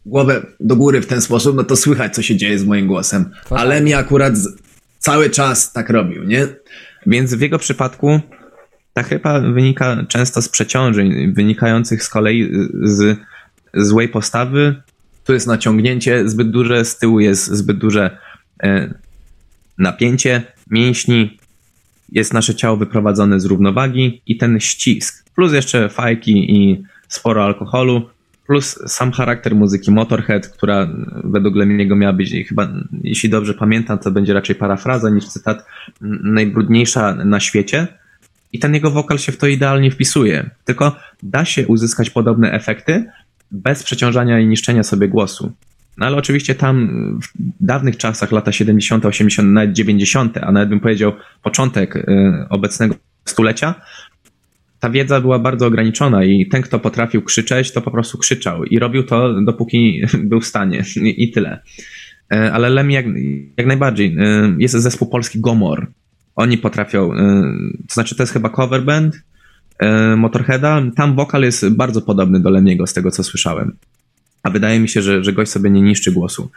głowę do góry w ten sposób, no to słychać, co się dzieje z moim głosem. Ale mi akurat cały czas tak robił, nie? Więc w jego przypadku ta chrypa wynika często z przeciążeń, wynikających z kolei z złej postawy. Tu jest naciągnięcie Zbyt duże, z tyłu jest zbyt duże napięcie mięśni, jest nasze ciało wyprowadzone z równowagi i ten ścisk, plus jeszcze fajki i sporo alkoholu, plus sam charakter muzyki Motorhead, która według Lemiego miała być, chyba, jeśli dobrze pamiętam, to będzie raczej parafraza niż cytat, najbrudniejsza na świecie. I ten jego wokal się w to idealnie wpisuje. Tylko da się uzyskać podobne efekty bez przeciążania i niszczenia sobie głosu. No ale oczywiście tam w dawnych czasach, lata 70., 80., nawet 90., a nawet bym powiedział początek obecnego stulecia, ta wiedza była bardzo ograniczona i ten, kto potrafił krzyczeć, to po prostu krzyczał i robił to, dopóki był w stanie i tyle. Ale Lemmy jak najbardziej. Jest zespół polski Gomor. Oni potrafią, to znaczy to jest chyba cover band Motorheada, tam wokal jest bardzo podobny do Lemiego z tego, co słyszałem. A wydaje mi się, że gość sobie nie niszczy głosu.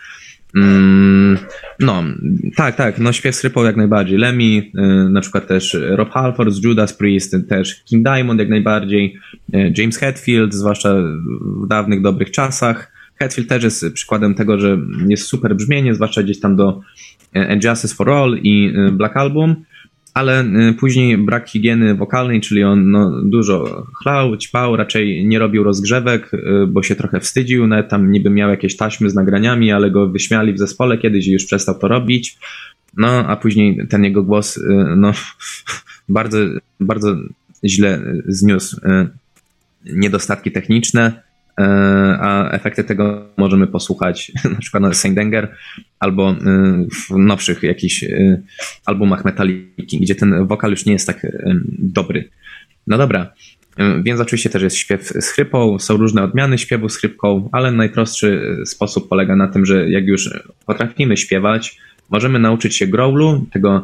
No, tak, no śpiew z chrypą jak najbardziej. Lemmy, na przykład też Rob Halford z Judas Priest, też King Diamond jak najbardziej, James Hetfield, zwłaszcza w dawnych, dobrych czasach. Hetfield też jest przykładem tego, że jest super brzmienie, zwłaszcza gdzieś tam do And Justice for All i Black Album, ale później brak higieny wokalnej, czyli on dużo chlał, ćpał, raczej nie robił rozgrzewek, bo się trochę wstydził, nawet tam niby miał jakieś taśmy z nagraniami, ale go wyśmiali w zespole kiedyś i już przestał to robić. No, a później ten jego głos bardzo, bardzo źle zniósł niedostatki techniczne, a efekty tego możemy posłuchać na przykład na Saint Anger albo w nowszych jakichś albumach Metalliki, gdzie ten wokal już nie jest tak dobry. No dobra, więc oczywiście też jest śpiew z chrypą, są różne odmiany śpiewu z chrypką, ale najprostszy sposób polega na tym, że jak już potrafimy śpiewać, możemy nauczyć się growlu, tego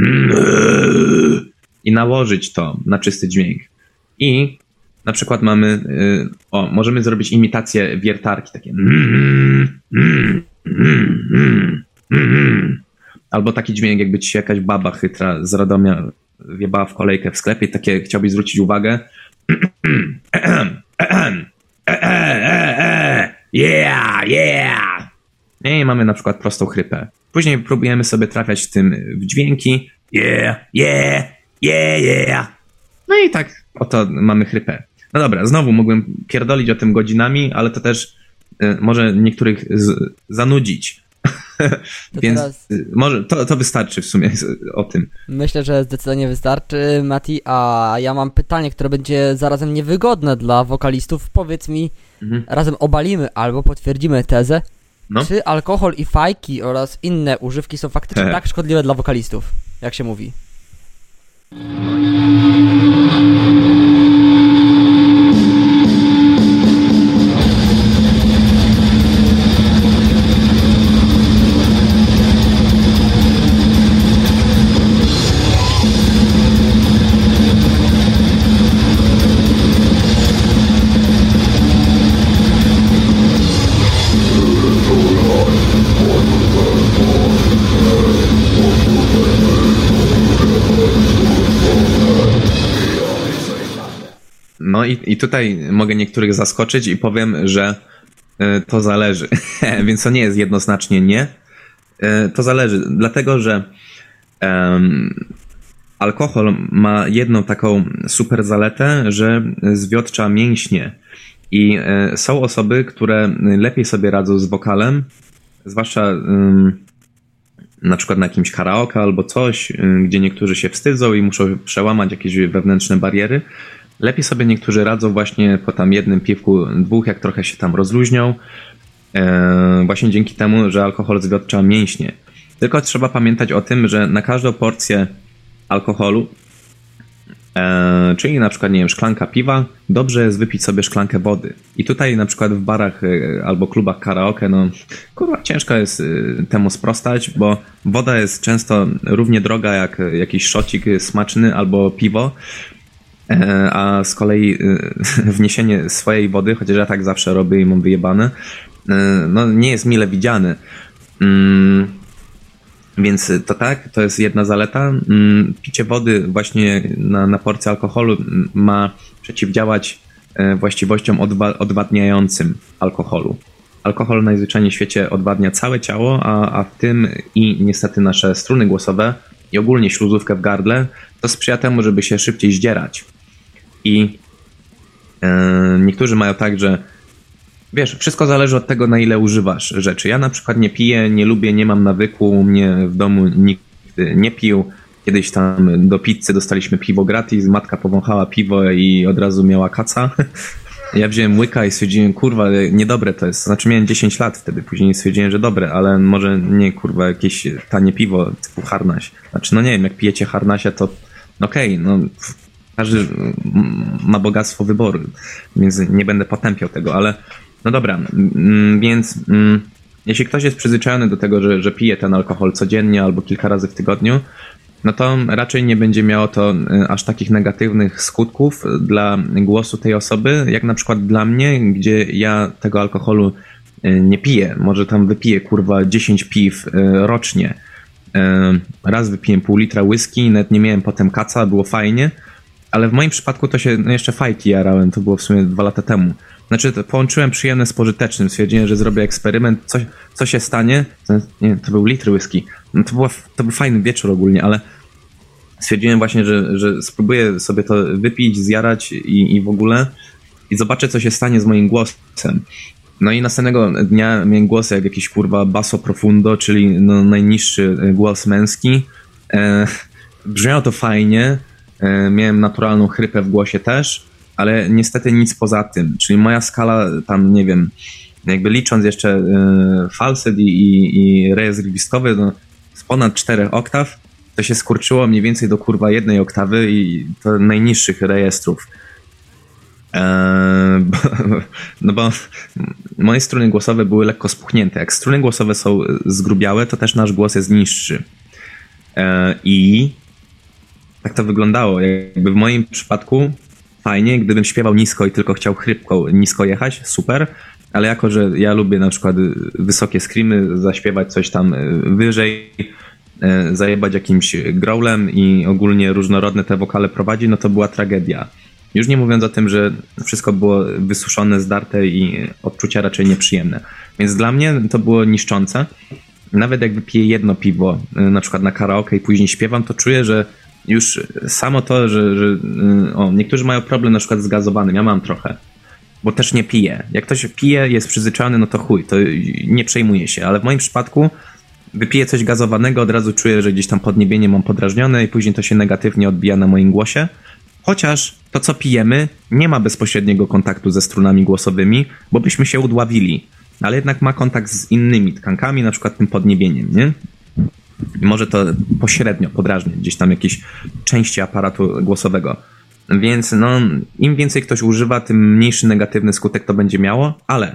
i nałożyć to na czysty dźwięk. I na przykład możemy zrobić imitację wiertarki, takie albo taki dźwięk, jakby ci się jakaś baba chytra z Radomia wjebała w kolejkę w sklepie, takie chciałbyś zwrócić uwagę. Yeah. I mamy na przykład prostą chrypę. Później próbujemy sobie trafiać tym w dźwięki. Yeah. No i tak oto mamy chrypę. No dobra, znowu mógłbym pierdolić o tym godzinami, ale to też może niektórych zanudzić. Więc teraz może to wystarczy w sumie o tym. Myślę, że zdecydowanie wystarczy, Mati, a ja mam pytanie, które będzie zarazem niewygodne dla wokalistów. Powiedz mi, razem obalimy albo potwierdzimy tezę, czy alkohol i fajki oraz inne używki są faktycznie tak szkodliwe dla wokalistów, jak się mówi? No i tutaj mogę niektórych zaskoczyć i powiem, że to zależy. Więc to nie jest jednoznacznie nie. To zależy, dlatego że alkohol ma jedną taką super zaletę, że zwiotcza mięśnie. I są osoby, które lepiej sobie radzą z wokalem, zwłaszcza na przykład na jakimś karaoke albo coś, gdzie niektórzy się wstydzą i muszą przełamać jakieś wewnętrzne bariery. Lepiej sobie niektórzy radzą właśnie po tam jednym piwku, dwóch, jak trochę się tam rozluźnią, właśnie dzięki temu, że alkohol zwiotcza mięśnie. Tylko trzeba pamiętać o tym, że na każdą porcję alkoholu, czyli na przykład, nie wiem, szklanka piwa, dobrze jest wypić sobie szklankę wody. I tutaj na przykład w barach albo klubach karaoke, ciężko jest temu sprostać, bo woda jest często równie droga jak jakiś szocik smaczny albo piwo. A z kolei wniesienie swojej wody, chociaż ja tak zawsze robię i mam wyjebane, no, nie jest mile widziany. Więc to tak, to jest jedna zaleta. Picie wody właśnie na porcję alkoholu ma przeciwdziałać właściwościom odwadniającym alkoholu. Alkohol najzwyczajniej w świecie odwadnia całe ciało, a w tym i niestety nasze struny głosowe i ogólnie śluzówkę w gardle, to sprzyja temu, żeby się szybciej zdzierać. I niektórzy mają tak, że wiesz, wszystko zależy od tego, na ile używasz rzeczy. Ja na przykład nie piję, nie lubię, nie mam nawyku, u mnie w domu nikt nie pił. Kiedyś tam do pizzy dostaliśmy piwo gratis, matka powąchała piwo i od razu miała kaca. Ja wziąłem łyka i stwierdziłem, kurwa, niedobre to jest. Znaczy miałem 10 lat wtedy, później stwierdziłem, że dobre, ale może nie, kurwa, jakieś tanie piwo typu Harnaś. Znaczy, no nie wiem, jak pijecie Harnasia, to okej, no każdy ma bogactwo wyboru, więc nie będę potępiał tego, ale no dobra, więc jeśli ktoś jest przyzwyczajony do tego, że pije ten alkohol codziennie albo kilka razy w tygodniu, no to raczej nie będzie miało to aż takich negatywnych skutków dla głosu tej osoby, jak na przykład dla mnie, gdzie ja tego alkoholu nie piję. Może tam wypiję, kurwa, 10 piw rocznie. Raz wypiłem pół litra whisky, nawet nie miałem potem kaca, było fajnie, ale w moim przypadku to się, no jeszcze fajki jarałem, to było w sumie 2 lata temu. Znaczy, połączyłem przyjemne z pożytecznym. Stwierdziłem, że zrobię eksperyment, co się stanie. Nie, to był litr whisky. No to był fajny wieczór ogólnie, ale stwierdziłem właśnie, że spróbuję sobie to wypić, zjarać i w ogóle i zobaczę, co się stanie z moim głosem. No i następnego dnia miałem głos jak jakiś, kurwa, basso profundo, czyli no, najniższy głos męski. Brzmiało to fajnie. Miałem naturalną chrypę w głosie też, ale niestety nic poza tym. Czyli moja skala tam, nie wiem, jakby licząc jeszcze falset i rejestr gwizdkowy, no, z ponad 4 oktaw, to się skurczyło mniej więcej do, kurwa, 1 oktawy i to najniższych rejestrów. Bo moje struny głosowe były lekko spuchnięte. Jak struny głosowe są zgrubiałe, to też nasz głos jest niższy. I tak to wyglądało. Jakby w moim przypadku fajnie, gdybym śpiewał nisko i tylko chciał chrypką nisko jechać, super, ale jako, że ja lubię na przykład wysokie screamy, zaśpiewać coś tam wyżej, zajebać jakimś growlem i ogólnie różnorodne te wokale prowadzi, no to była tragedia. Już nie mówiąc o tym, że wszystko było wysuszone, zdarte i odczucia raczej nieprzyjemne. Więc dla mnie to było niszczące. Nawet jak wypiję jedno piwo, na przykład na karaoke i później śpiewam, to czuję, że już samo to, że niektórzy mają problem na przykład z gazowanym, ja mam trochę, bo też nie piję. Jak ktoś pije, jest przyzwyczajony, no to chuj, to nie przejmuje się, ale w moim przypadku wypiję coś gazowanego, od razu czuję, że gdzieś tam podniebienie mam podrażnione i później to się negatywnie odbija na moim głosie. Chociaż to, co pijemy, nie ma bezpośredniego kontaktu ze strunami głosowymi, bo byśmy się udławili, ale jednak ma kontakt z innymi tkankami, na przykład tym podniebieniem, nie? Może to pośrednio podrażniać gdzieś tam jakieś części aparatu głosowego. Więc no, im więcej ktoś używa, tym mniejszy negatywny skutek to będzie miało, ale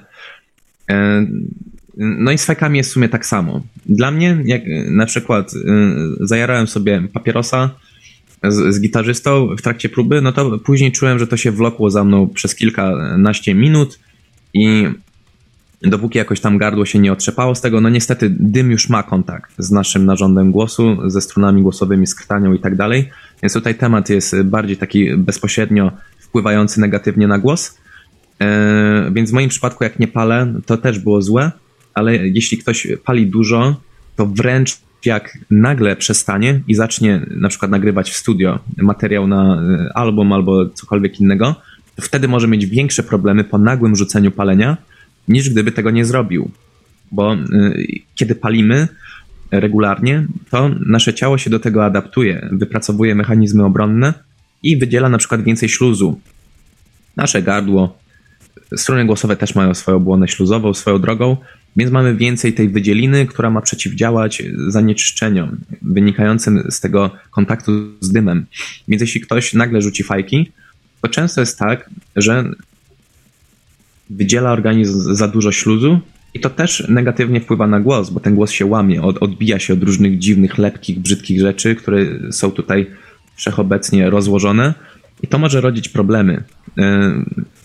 no i z fajkami jest w sumie tak samo. Dla mnie, jak na przykład zajarałem sobie papierosa z gitarzystą w trakcie próby, no to później czułem, że to się wlokło za mną przez kilkanaście minut i dopóki jakoś tam gardło się nie otrzepało z tego, no niestety dym już ma kontakt z naszym narządem głosu, ze strunami głosowymi, z krtanią i tak dalej, więc tutaj temat jest bardziej taki bezpośrednio wpływający negatywnie na głos, więc w moim przypadku jak nie palę, to też było złe, ale jeśli ktoś pali dużo, to wręcz jak nagle przestanie i zacznie na przykład nagrywać w studio materiał na album albo cokolwiek innego, to wtedy może mieć większe problemy po nagłym rzuceniu palenia, niż gdyby tego nie zrobił. Bo kiedy palimy regularnie, to nasze ciało się do tego adaptuje, wypracowuje mechanizmy obronne i wydziela na przykład więcej śluzu. Nasze gardło, struny głosowe też mają swoją błonę śluzową, swoją drogą, więc mamy więcej tej wydzieliny, która ma przeciwdziałać zanieczyszczeniom wynikającym z tego kontaktu z dymem. Więc jeśli ktoś nagle rzuci fajki, to często jest tak, że wydziela organizm za dużo śluzu i to też negatywnie wpływa na głos, bo ten głos się łamie, odbija się od różnych dziwnych, lepkich, brzydkich rzeczy, które są tutaj wszechobecnie rozłożone i to może rodzić problemy.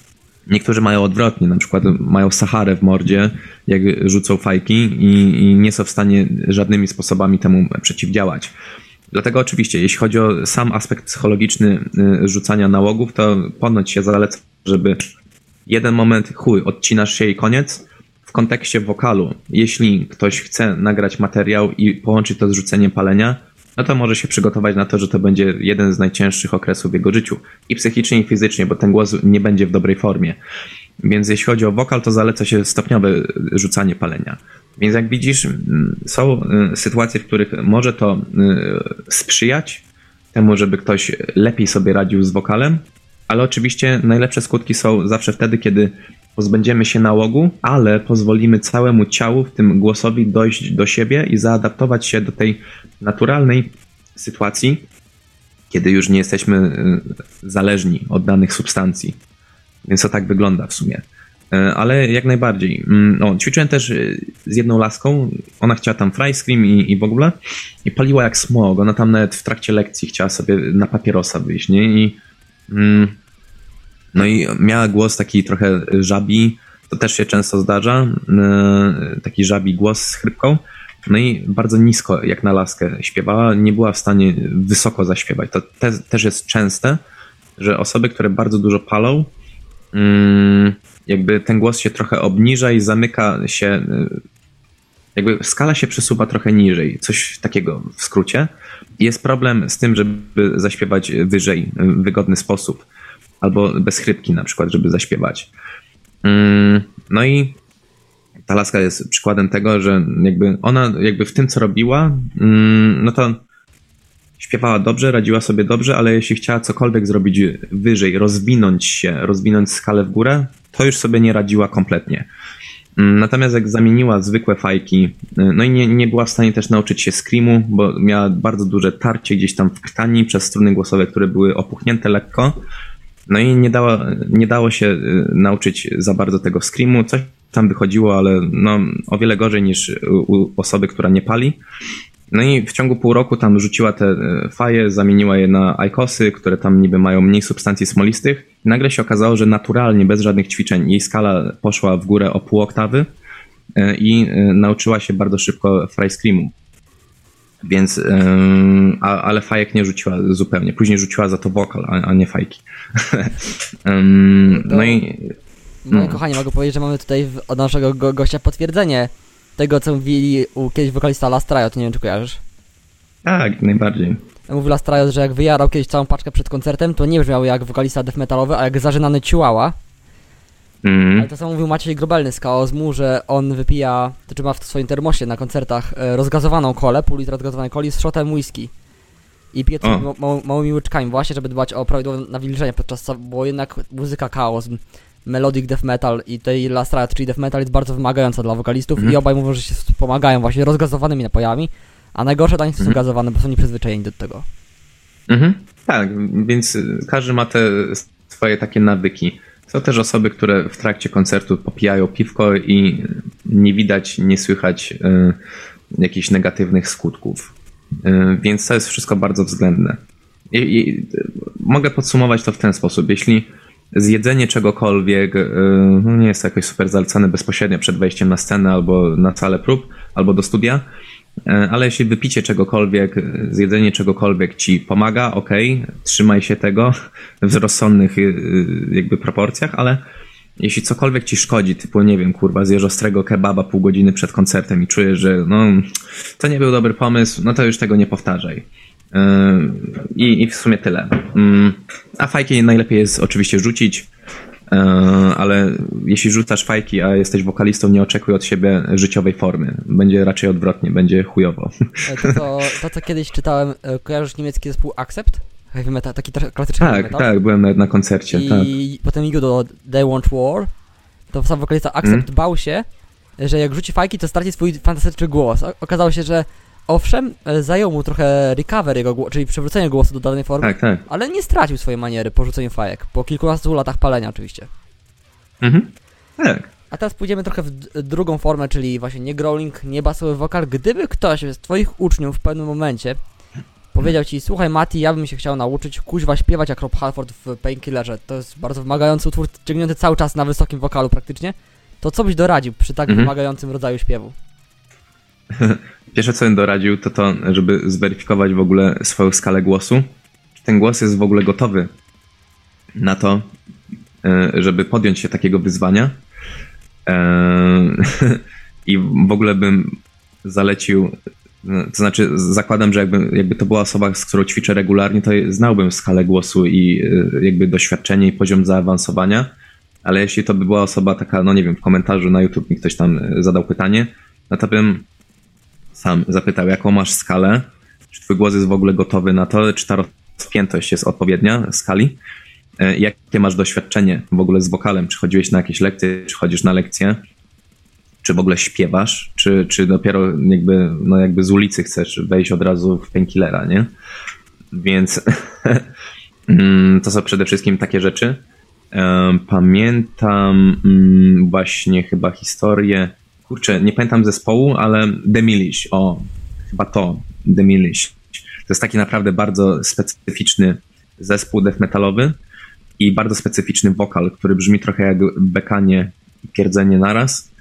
Niektórzy mają odwrotnie, na przykład mają Saharę w mordzie, jak rzucą fajki i nie są w stanie żadnymi sposobami temu przeciwdziałać. Dlatego oczywiście, jeśli chodzi o sam aspekt psychologiczny rzucania nałogów, to ponoć się zaleca, żeby jeden moment, odcinasz się i koniec. W kontekście wokalu, jeśli ktoś chce nagrać materiał i połączyć to z rzuceniem palenia, no to może się przygotować na to, że to będzie jeden z najcięższych okresów w jego życiu. I psychicznie, i fizycznie, bo ten głos nie będzie w dobrej formie. Więc jeśli chodzi o wokal, to zaleca się stopniowe rzucanie palenia. Więc jak widzisz, są sytuacje, w których może to sprzyjać temu, żeby ktoś lepiej sobie radził z wokalem, ale oczywiście najlepsze skutki są zawsze wtedy, kiedy pozbędziemy się nałogu, ale pozwolimy całemu ciału, w tym głosowi, dojść do siebie i zaadaptować się do tej naturalnej sytuacji, kiedy już nie jesteśmy zależni od danych substancji. Więc to tak wygląda w sumie. Ale jak najbardziej. Ćwiczyłem też z jedną laską, ona chciała tam fry scream i w ogóle i paliła jak smog. Ona tam nawet w trakcie lekcji chciała sobie na papierosa wyjść, nie? No i miała głos taki trochę żabi, to też się często zdarza, taki żabi głos z chrypką. No i bardzo nisko, jak na laskę śpiewała, nie była w stanie wysoko zaśpiewać. To też jest częste, że osoby, które bardzo dużo palą, jakby ten głos się trochę obniża i zamyka się, jakby skala się przesuwa trochę niżej, coś takiego w skrócie. Jest problem z tym, żeby zaśpiewać wyżej, w wygodny sposób. Albo bez chrypki na przykład, żeby zaśpiewać. No i ta laska jest przykładem tego, że jakby ona w tym, co robiła, no to śpiewała dobrze, radziła sobie dobrze, ale jeśli chciała cokolwiek zrobić wyżej, rozwinąć skalę w górę, to już sobie nie radziła kompletnie. Natomiast jak zamieniła zwykłe fajki, no i nie była w stanie też nauczyć się screamu, bo miała bardzo duże tarcie gdzieś tam w krtani przez struny głosowe, które były opuchnięte lekko. No i nie dało się nauczyć za bardzo tego screamu. Coś tam wychodziło, ale no, o wiele gorzej niż u osoby, która nie pali. No i w ciągu pół roku tam rzuciła te faje, zamieniła je na IQOSy, które tam niby mają mniej substancji smolistych. I nagle się okazało, że naturalnie, bez żadnych ćwiczeń, jej skala poszła w górę o pół oktawy i nauczyła się bardzo szybko fry screamu. Więc, ale fajek nie rzuciła zupełnie. Później rzuciła za to wokal, a nie fajki. No i... Moi kochani, mogę powiedzieć, że mamy tutaj od naszego gościa potwierdzenie tego, co mówili kiedyś wokalista Last Riot, nie wiem, czy kojarzysz? Tak, najbardziej. Mówił Last Riot, że jak wyjarał kiedyś całą paczkę przed koncertem, to nie brzmiał jak wokalista death metalowy, a jak zażynany Chihuahua. Ale to samo mówił Maciej Grobelny z Chaosmu, że on wypija, to czy ma w swoim termosie na koncertach rozgazowaną kolę, pół litra rozgazowanej coli z shotem whisky. I pije to małymi łyczkami właśnie, żeby dbać o prawidłowe nawilżenie podczas, bo jednak muzyka Chaos, melodic death metal i tej Last Riot, czyli death metal, jest bardzo wymagająca dla wokalistów i obaj mówią, że się wspomagają właśnie rozgazowanymi napojami, a najgorsze dla nich są gazowane, bo są nieprzyzwyczajeni do tego. Tak, więc każdy ma te swoje takie nawyki. Są też osoby, które w trakcie koncertu popijają piwko i nie widać, nie słychać jakichś negatywnych skutków. Więc to jest wszystko bardzo względne. I mogę podsumować to w ten sposób. Jeśli zjedzenie czegokolwiek nie jest jakoś super zalecane bezpośrednio przed wejściem na scenę albo na salę prób, albo do studia, ale jeśli wypicie czegokolwiek, zjedzenie czegokolwiek ci pomaga, okej, trzymaj się tego w rozsądnych jakby proporcjach, ale jeśli cokolwiek ci szkodzi, typu nie wiem, kurwa, zjesz ostrego kebaba pół godziny przed koncertem i czujesz, że no to nie był dobry pomysł, no to już tego nie powtarzaj. I w sumie tyle. A fajki najlepiej jest oczywiście rzucić, ale jeśli rzucasz fajki, a jesteś wokalistą, nie oczekuj od siebie życiowej formy. Będzie raczej odwrotnie, będzie chujowo. To co kiedyś czytałem, kojarzysz niemiecki zespół Accept? Heavy metal, taki klasyczny heavy metal? Tak, byłem nawet na koncercie. I potem idą do They Want War, to sam wokalista Accept bał się, że jak rzuci fajki, to straci swój fantastyczny głos. Okazało się, że owszem, zajął mu trochę recover jego, czyli przywrócenie głosu do danej formy, tak. Ale nie stracił swojej maniery po rzuceniu fajek, po kilkunastu latach palenia oczywiście. Tak. A teraz pójdziemy trochę w drugą formę, czyli właśnie nie growling, nie basowy wokal. Gdyby ktoś z twoich uczniów w pewnym momencie powiedział ci, słuchaj Mati, ja bym się chciał nauczyć kuźwa śpiewać jak Rob Halford w Painkillerze, to jest bardzo wymagający utwór, ciągnięty cały czas na wysokim wokalu praktycznie, to co byś doradził przy tak wymagającym rodzaju śpiewu? Pierwsze co bym doradził to, żeby zweryfikować w ogóle swoją skalę głosu, czy ten głos jest w ogóle gotowy na to, żeby podjąć się takiego wyzwania. I w ogóle bym zalecił, to znaczy zakładam, że jakby to była osoba, z którą ćwiczę regularnie, to znałbym skalę głosu i jakby doświadczenie i poziom zaawansowania, ale jeśli to by była osoba taka, no nie wiem, w komentarzu na YouTube mi ktoś tam zadał pytanie, no to bym sam zapytał, jaką masz skalę, czy twój głos jest w ogóle gotowy na to, czy ta rozpiętość jest odpowiednia skali, jakie masz doświadczenie w ogóle z wokalem, czy chodziłeś na jakieś lekcje, czy chodzisz na lekcje, czy w ogóle śpiewasz, czy dopiero jakby z ulicy chcesz wejść od razu w Painkillera, nie? Więc to są przede wszystkim takie rzeczy. Pamiętam właśnie chyba historię, kurczę, nie pamiętam zespołu, ale Demilish, chyba Demilish. To jest taki naprawdę bardzo specyficzny zespół death metalowy i bardzo specyficzny wokal, który brzmi trochę jak bekanie i pierdzenie naraz.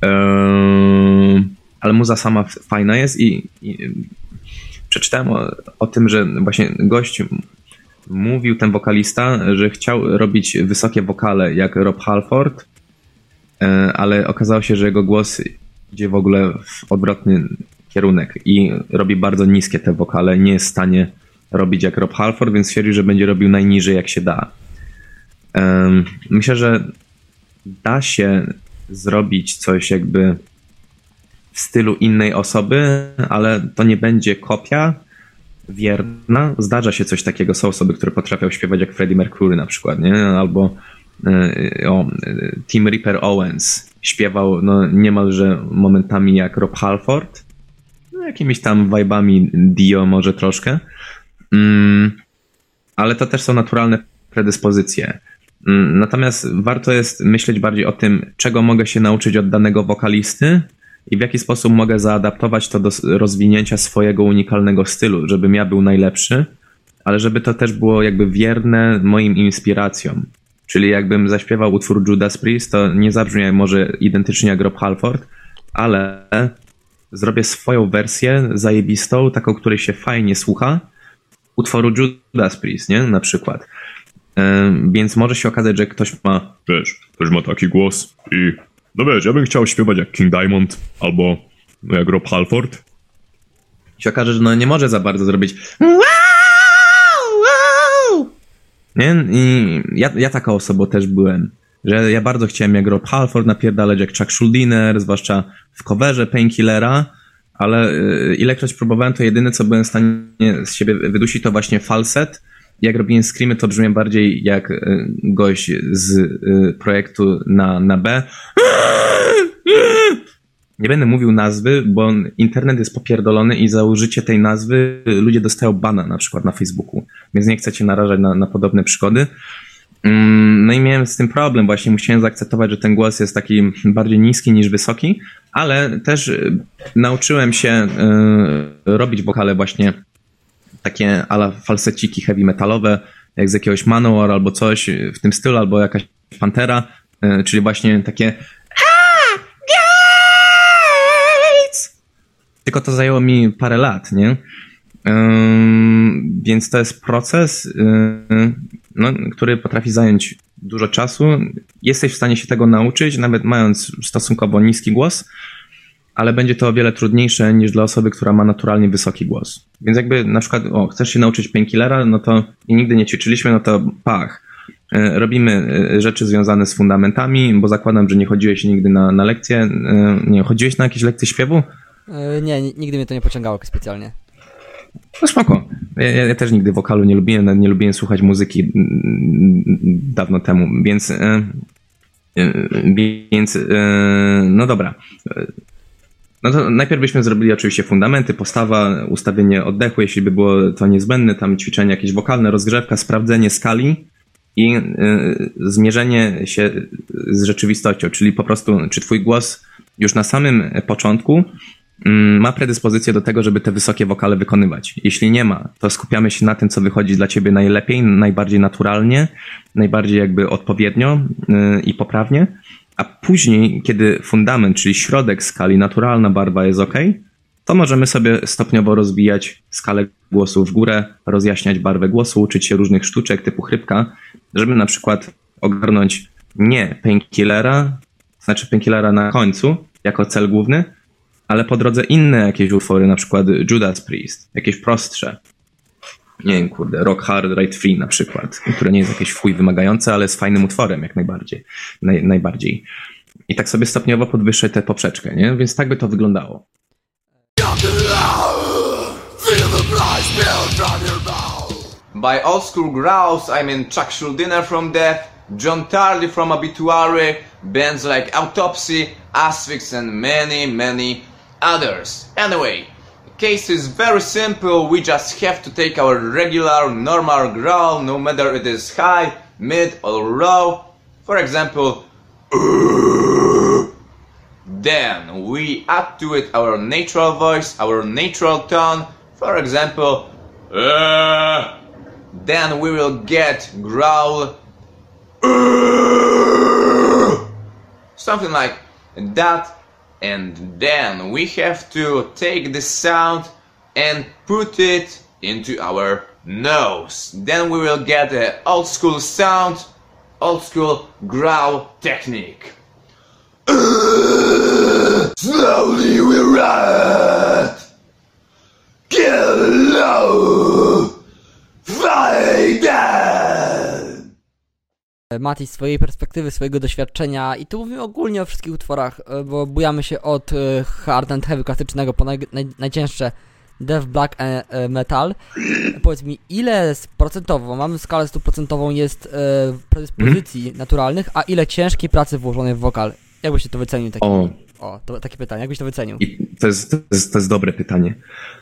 Ale muza sama fajna jest i przeczytałem o tym, że właśnie gość mówił, ten wokalista, że chciał robić wysokie wokale jak Rob Halford, ale okazało się, że jego głos idzie w ogóle w odwrotny kierunek i robi bardzo niskie te wokale, nie jest w stanie robić jak Rob Halford, więc stwierdził, że będzie robił najniżej jak się da. Myślę, że da się zrobić coś jakby w stylu innej osoby, ale to nie będzie kopia wierna. Zdarza się coś takiego, są osoby, które potrafią śpiewać jak Freddie Mercury na przykład, nie? Albo Tim Ripper Owens śpiewał niemalże momentami jak Rob Halford, jakimiś tam vibe'ami Dio może troszkę, ale to też są naturalne predyspozycje. Natomiast warto jest myśleć bardziej o tym, czego mogę się nauczyć od danego wokalisty i w jaki sposób mogę zaadaptować to do rozwinięcia swojego unikalnego stylu, żebym ja był najlepszy, ale żeby to też było jakby wierne moim inspiracjom. Czyli jakbym zaśpiewał utwór Judas Priest, to nie zabrzmi może identycznie jak Rob Halford, ale zrobię swoją wersję zajebistą, taką, której się fajnie słucha, utworu Judas Priest, nie? Na przykład. Więc może się okazać, że ktoś ma taki głos i ja bym chciał śpiewać jak King Diamond albo jak Rob Halford. I się okaże, że nie może za bardzo zrobić nie? I ja taką osobą też byłem, że ja bardzo chciałem jak Rob Halford napierdalać jak Chuck Schuldiner, zwłaszcza w coverze Painkillera, ale ilekroć próbowałem, to jedyne co byłem w stanie z siebie wydusić to właśnie falset. Jak robiłem screamy, to brzmię bardziej jak gość z projektu na B. Nie będę mówił nazwy, bo internet jest popierdolony i za użycie tej nazwy ludzie dostają bana na przykład na Facebooku, więc nie chcecie narażać na podobne przygody. No i miałem z tym problem, właśnie musiałem zaakceptować, że ten głos jest taki bardziej niski niż wysoki, ale też nauczyłem się robić wokale właśnie takie ala falseciki heavy metalowe, jak z jakiegoś Manowar albo coś w tym stylu, albo jakaś Pantera, czyli właśnie takie Gates! Tylko to zajęło mi parę lat, nie? Więc to jest proces, który potrafi zająć dużo czasu. Jesteś w stanie się tego nauczyć, nawet mając stosunkowo niski głos, ale będzie to o wiele trudniejsze niż dla osoby, która ma naturalnie wysoki głos. Więc jakby na przykład, chcesz się nauczyć Painkillera, no to i nigdy nie ćwiczyliśmy, no to pach. Robimy rzeczy związane z fundamentami, bo zakładam, że nie chodziłeś nigdy na lekcje. Nie, chodziłeś na jakieś lekcje śpiewu? Nie, nigdy mnie to nie pociągało specjalnie. No spoko. Ja też nigdy wokalu nie lubiłem, nie lubiłem słuchać muzyki dawno temu, więc no dobra. No to najpierw byśmy zrobili oczywiście fundamenty, postawa, ustawienie oddechu, jeśli by było to niezbędne, tam ćwiczenie jakieś wokalne, rozgrzewka, sprawdzenie skali i zmierzenie się z rzeczywistością, czyli po prostu, czy twój głos już na samym początku ma predyspozycję do tego, żeby te wysokie wokale wykonywać. Jeśli nie ma, to skupiamy się na tym, co wychodzi dla ciebie najlepiej, najbardziej naturalnie, najbardziej jakby odpowiednio i poprawnie, a później, kiedy fundament, czyli środek skali, naturalna barwa jest ok, to możemy sobie stopniowo rozwijać skalę głosu w górę, rozjaśniać barwę głosu, uczyć się różnych sztuczek typu chrypka, żeby na przykład ogarnąć nie Painkillera, znaczy Painkillera na końcu, jako cel główny, ale po drodze inne jakieś utwory, na przykład Judas Priest, jakieś prostsze. Nie wiem, kurde, Rock Hard, Ride Free na przykład, które nie jest jakieś chuj wymagające, ale jest fajnym utworem jak najbardziej. Najbardziej. I tak sobie stopniowo podwyższać tę poprzeczkę, nie? Więc tak by to wyglądało. By old school growls, I mean Chuck Schuldiner from Death, John Tardy from Obituary, bands like Autopsy, Asphyx and many others. Anyway, the case is very simple, we just have to take our regular, normal growl, no matter it is high, mid or low. For example, then we add to it our natural voice, our natural tone. For example, then we will get growl, something like that. And then we have to take this sound and put it into our nose. Then we will get an old school sound, old school growl technique. Slowly we ride, get low, fade. Mati, z swojej perspektywy, swojego doświadczenia, i tu mówimy ogólnie o wszystkich utworach, bo bujamy się od hard and heavy klasycznego po najcięższe death, black metal. Powiedz mi, ile procentowo, mamy skalę 100% jest predyspozycji naturalnych, a ile ciężkiej pracy włożonej w wokal? Jak byś to wycenił? To takie pytanie, jak byś to wycenił? I to jest dobre pytanie.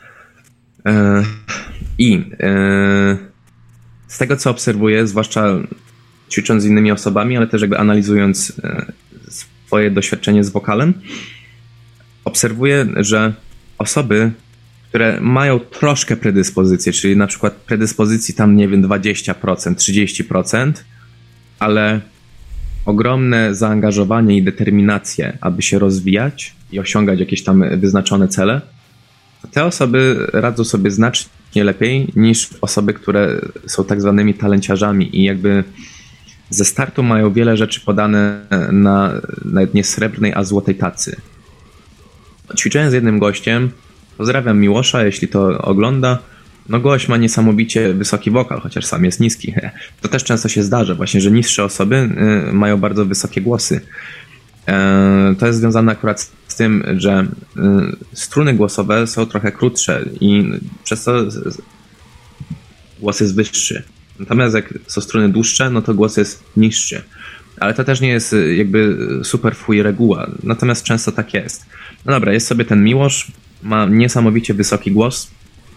Z tego, co obserwuję, zwłaszcza ćwicząc z innymi osobami, ale też jakby analizując swoje doświadczenie z wokalem, obserwuję, że osoby, które mają troszkę predyspozycję, czyli na przykład predyspozycji tam, nie wiem, 20%, 30%, ale ogromne zaangażowanie i determinację, aby się rozwijać i osiągać jakieś tam wyznaczone cele, to te osoby radzą sobie znacznie lepiej niż osoby, które są tak zwanymi talenciarzami i jakby ze startu mają wiele rzeczy podane na nawet nie srebrnej, a złotej tacy. Ćwiczyłem z jednym gościem, pozdrawiam Miłosza, jeśli to ogląda. No gość ma niesamowicie wysoki wokal, chociaż sam jest niski. To też często się zdarza właśnie, że niższe osoby mają bardzo wysokie głosy. To jest związane akurat z tym, że struny głosowe są trochę krótsze i przez to głos jest wyższy. Natomiast jak są struny dłuższe, no to głos jest niższy. Ale to też nie jest jakby super fuj reguła. Natomiast często tak jest. No dobra, jest sobie ten Miłosz, ma niesamowicie wysoki głos.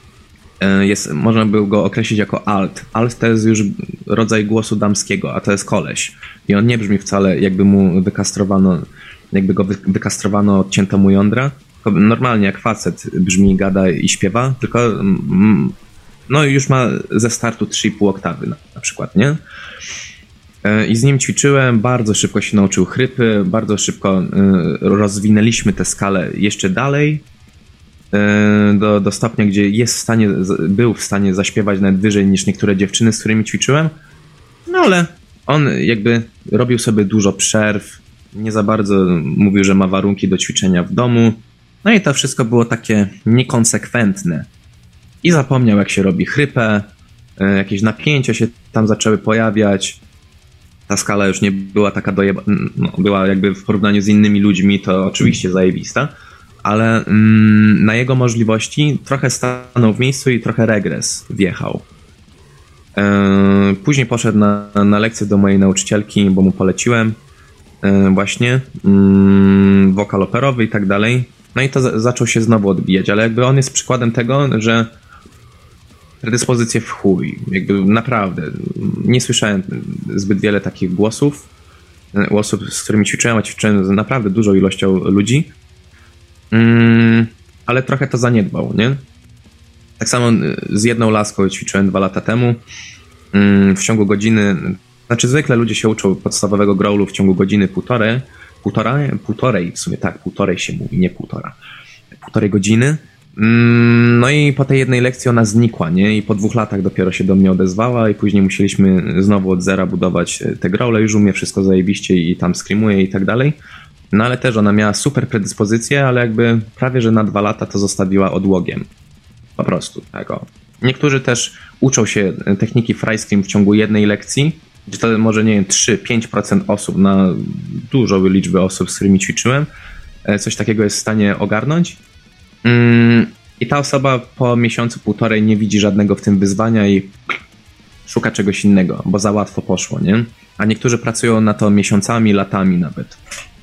Można by go określić jako alt. Alt to jest już rodzaj głosu damskiego, a to jest koleś. I on nie brzmi wcale, jakby mu wykastrowano, odcięto mu jądra. Normalnie jak facet brzmi, gada i śpiewa, tylko no już ma ze startu 3,5 oktawy na przykład, nie? I z nim ćwiczyłem, bardzo szybko się nauczył chrypy, bardzo szybko rozwinęliśmy tę skalę jeszcze dalej, do stopnia, gdzie był w stanie zaśpiewać nawet wyżej niż niektóre dziewczyny, z którymi ćwiczyłem. No ale on jakby robił sobie dużo przerw, nie za bardzo mówił, że ma warunki do ćwiczenia w domu. No i to wszystko było takie niekonsekwentne. I zapomniał, jak się robi chrypę, jakieś napięcia się tam zaczęły pojawiać. Ta skala już nie była taka była jakby w porównaniu z innymi ludźmi to oczywiście zajebista, ale na jego możliwości trochę stanął w miejscu i trochę regres wjechał. Później poszedł na lekcję do mojej nauczycielki, bo mu poleciłem właśnie wokal operowy i tak dalej. No i to zaczął się znowu odbijać, ale jakby on jest przykładem tego, że predyspozycje w chuj. Jakby naprawdę nie słyszałem zbyt wiele takich głosów, u osób, z którymi ćwiczyłem, a ćwiczyłem z naprawdę dużą ilością ludzi. ale trochę to zaniedbał, nie? Tak samo z jedną laską ćwiczyłem 2 lata temu. W ciągu godziny, znaczy zwykle ludzie się uczą podstawowego growlu w ciągu godziny, półtorej w sumie, tak, półtorej się mówi, nie półtora. 1,5 godziny. No i po tej jednej lekcji ona znikła, nie? I po 2 latach dopiero się do mnie odezwała i później musieliśmy znowu od zera budować te growle. Już umie wszystko zajebiście i tam screamuje i tak dalej. No ale też ona miała super predyspozycję, ale jakby prawie, że na 2 lata to zostawiła odłogiem. Po prostu, tego. Niektórzy też uczą się techniki FryScream w ciągu jednej lekcji, gdzie to może, nie wiem, 3-5% osób na dużą liczbę osób, z którymi ćwiczyłem, coś takiego jest w stanie ogarnąć. I ta osoba po miesiącu, półtorej nie widzi żadnego w tym wyzwania i szuka czegoś innego, bo za łatwo poszło, nie? A niektórzy pracują na to miesiącami, latami nawet.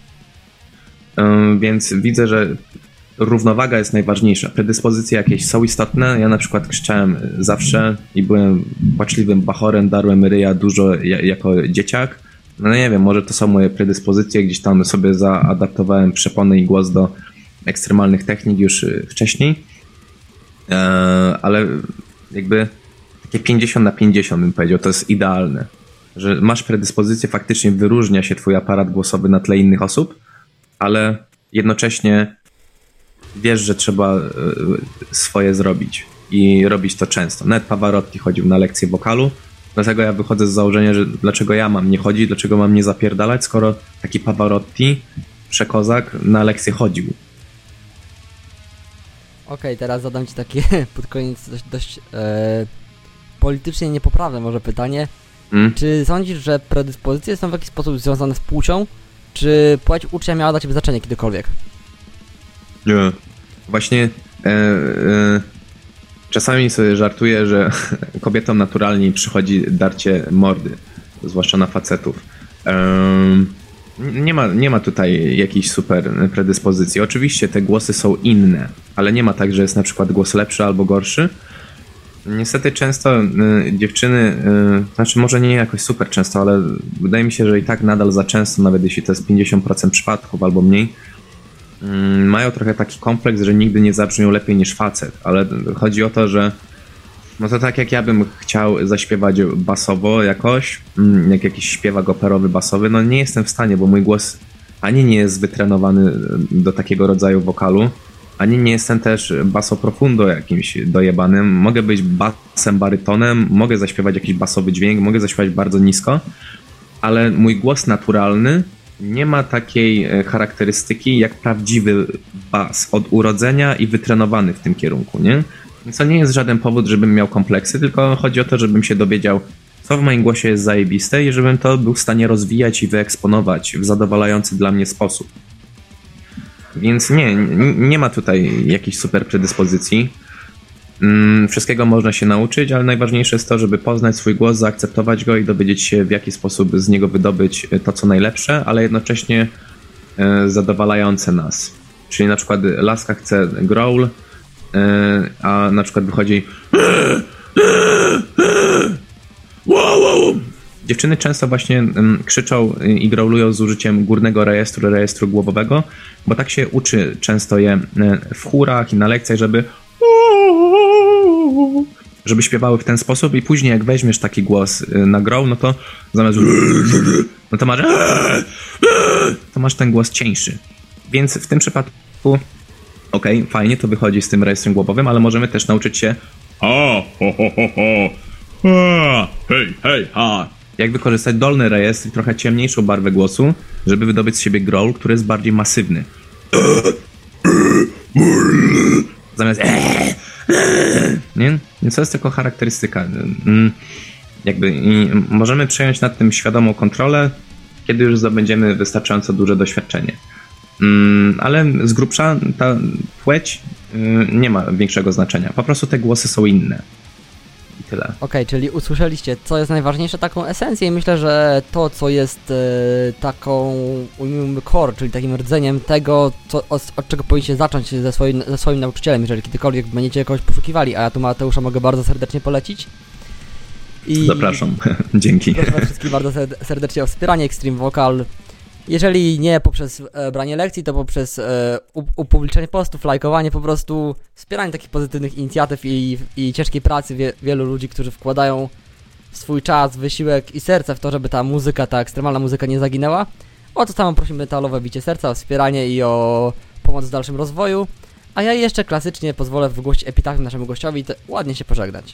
Więc widzę, że równowaga jest najważniejsza. Predyspozycje jakieś są istotne. Ja na przykład krzyczałem zawsze i byłem płaczliwym bachorem, darłem ryja dużo jako dzieciak. No nie wiem, może to są moje predyspozycje, gdzieś tam sobie zaadaptowałem przepony i głos do ekstremalnych technik już wcześniej. Ale jakby takie 50/50 bym powiedział, to jest idealne. Że masz predyspozycję, faktycznie wyróżnia się twój aparat głosowy na tle innych osób, ale jednocześnie wiesz, że trzeba swoje zrobić i robić to często. Nawet Pavarotti chodził na lekcje wokalu, dlatego ja wychodzę z założenia, że dlaczego ja mam nie chodzić, dlaczego mam nie zapierdalać, skoro taki Pavarotti, przekozak, na lekcje chodził. Okej, teraz zadam ci takie pod koniec dość politycznie niepoprawne może pytanie. Czy sądzisz, że predyspozycje są w jakiś sposób związane z płcią? Czy płeć ucznia miała dla ciebie znaczenie kiedykolwiek? Nie. Właśnie czasami sobie żartuję, że kobietom naturalnie przychodzi darcie mordy, zwłaszcza na facetów. Nie ma tutaj jakiejś super predyspozycji. Oczywiście te głosy są inne, ale nie ma tak, że jest na przykład głos lepszy albo gorszy. Niestety często dziewczyny, znaczy może nie jakoś super często, ale wydaje mi się, że i tak nadal za często, nawet jeśli to jest 50% przypadków albo mniej, mają trochę taki kompleks, że nigdy nie zabrzmią lepiej niż facet, ale chodzi o to, że no to tak jak ja bym chciał zaśpiewać basowo jakoś, jak jakiś śpiewak operowy basowy, no nie jestem w stanie, bo mój głos ani nie jest wytrenowany do takiego rodzaju wokalu, ani nie jestem też basso profundo jakimś dojebanym. Mogę być basem, barytonem, mogę zaśpiewać jakiś basowy dźwięk, mogę zaśpiewać bardzo nisko, ale mój głos naturalny nie ma takiej charakterystyki jak prawdziwy bas od urodzenia i wytrenowany w tym kierunku, nie? Więc to nie jest żaden powód, żebym miał kompleksy, tylko chodzi o to, żebym się dowiedział, co w moim głosie jest zajebiste i żebym to był w stanie rozwijać i wyeksponować w zadowalający dla mnie sposób. Więc nie ma tutaj jakiejś super predyspozycji. Wszystkiego można się nauczyć, ale najważniejsze jest to, żeby poznać swój głos, zaakceptować go i dowiedzieć się, w jaki sposób z niego wydobyć to, co najlepsze, ale jednocześnie zadowalające nas. Czyli na przykład laska chce growl, a na przykład wychodzi Dziewczyny często właśnie krzyczą i growlują z użyciem górnego rejestru głowowego, bo tak się uczy często je w chórach i na lekcjach, żeby śpiewały w ten sposób i później jak weźmiesz taki głos na growl, no to zamiast no to masz ten głos cieńszy. Więc w tym przypadku okej, fajnie to wychodzi z tym rejestrem głowowym, ale możemy też nauczyć się hej, hej, ha. Jak wykorzystać dolny rejestr i trochę ciemniejszą barwę głosu, żeby wydobyć z siebie growl, który jest bardziej masywny. Zamiast nie? Więc to jest tylko charakterystyka. Jakby i możemy przejąć nad tym świadomą kontrolę, kiedy już zdobędziemy wystarczająco duże doświadczenie. Ale z grubsza ta płeć nie ma większego znaczenia. Po prostu te głosy są inne. I tyle. Okej, czyli usłyszeliście, co jest najważniejsze, taką esencję i myślę, że to, co jest taką, ujmijmy, core, czyli takim rdzeniem tego, od czego powinniście zacząć ze swoim nauczycielem, jeżeli kiedykolwiek będziecie kogoś poszukiwali, a ja tu Mateusza mogę bardzo serdecznie polecić. Zapraszam, dzięki. Proszę wszystkich bardzo serdecznie o wspieranie Extreme Vocal Jeżeli nie poprzez branie lekcji, to poprzez upublicznienie postów, lajkowanie, po prostu wspieranie takich pozytywnych inicjatyw i ciężkiej pracy wielu ludzi, którzy wkładają swój czas, wysiłek i serce w to, żeby ta muzyka, ta ekstremalna muzyka nie zaginęła. O to samo prosimy Metalowe Bicie Serca, o wspieranie i o pomoc w dalszym rozwoju. A ja jeszcze klasycznie pozwolę wygłosić epitafium naszemu gościowi i ładnie się pożegnać.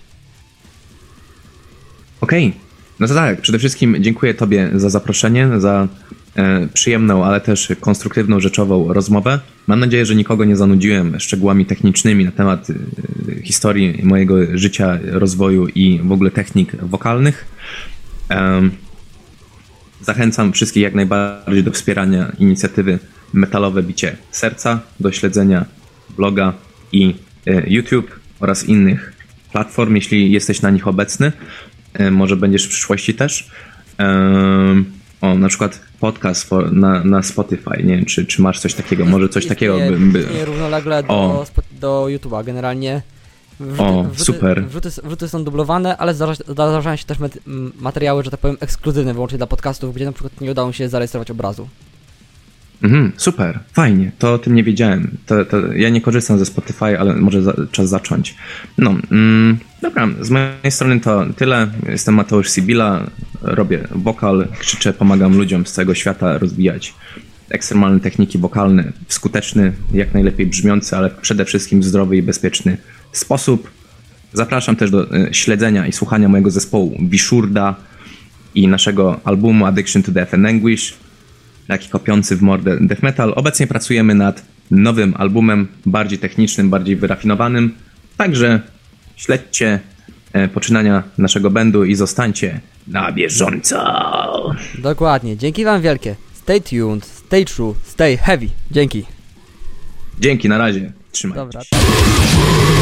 Okej. No to tak, przede wszystkim dziękuję Tobie za zaproszenie, za przyjemną, ale też konstruktywną, rzeczową rozmowę. Mam nadzieję, że nikogo nie zanudziłem szczegółami technicznymi na temat historii mojego życia, rozwoju i w ogóle technik wokalnych. Zachęcam wszystkich jak najbardziej do wspierania inicjatywy Metalowe Bicie Serca, do śledzenia bloga i YouTube oraz innych platform, jeśli jesteś na nich obecny. Może będziesz w przyszłości też. Na przykład podcast na Spotify. Nie wiem, czy masz coś takiego. Może coś takiego by... równolegle do YouTube'a. Generalnie super. Wrzuty są dublowane, ale zdarzają się też materiały, że tak powiem, ekskluzywne wyłącznie dla podcastów, gdzie na przykład nie udało mi się zarejestrować obrazu. Super, fajnie, to o tym nie wiedziałem. Ja nie korzystam ze Spotify, ale może czas zacząć. Dobra, z mojej strony to tyle. Jestem Mateusz Sibila, robię wokal, krzyczę, pomagam ludziom z całego świata rozwijać ekstremalne techniki wokalne w skuteczny, jak najlepiej brzmiący, ale przede wszystkim zdrowy i bezpieczny sposób. Zapraszam też do śledzenia i słuchania mojego zespołu Bishurda i naszego albumu Addiction to Death and Anguish, taki kopiący w mordę death metal. Obecnie pracujemy nad nowym albumem, bardziej technicznym, bardziej wyrafinowanym. Także śledźcie poczynania naszego bandu i zostańcie na bieżąco. Dokładnie. Dzięki wam wielkie. Stay tuned, stay true, stay heavy. Dzięki. Dzięki, na razie. Trzymajcie się. Dobra.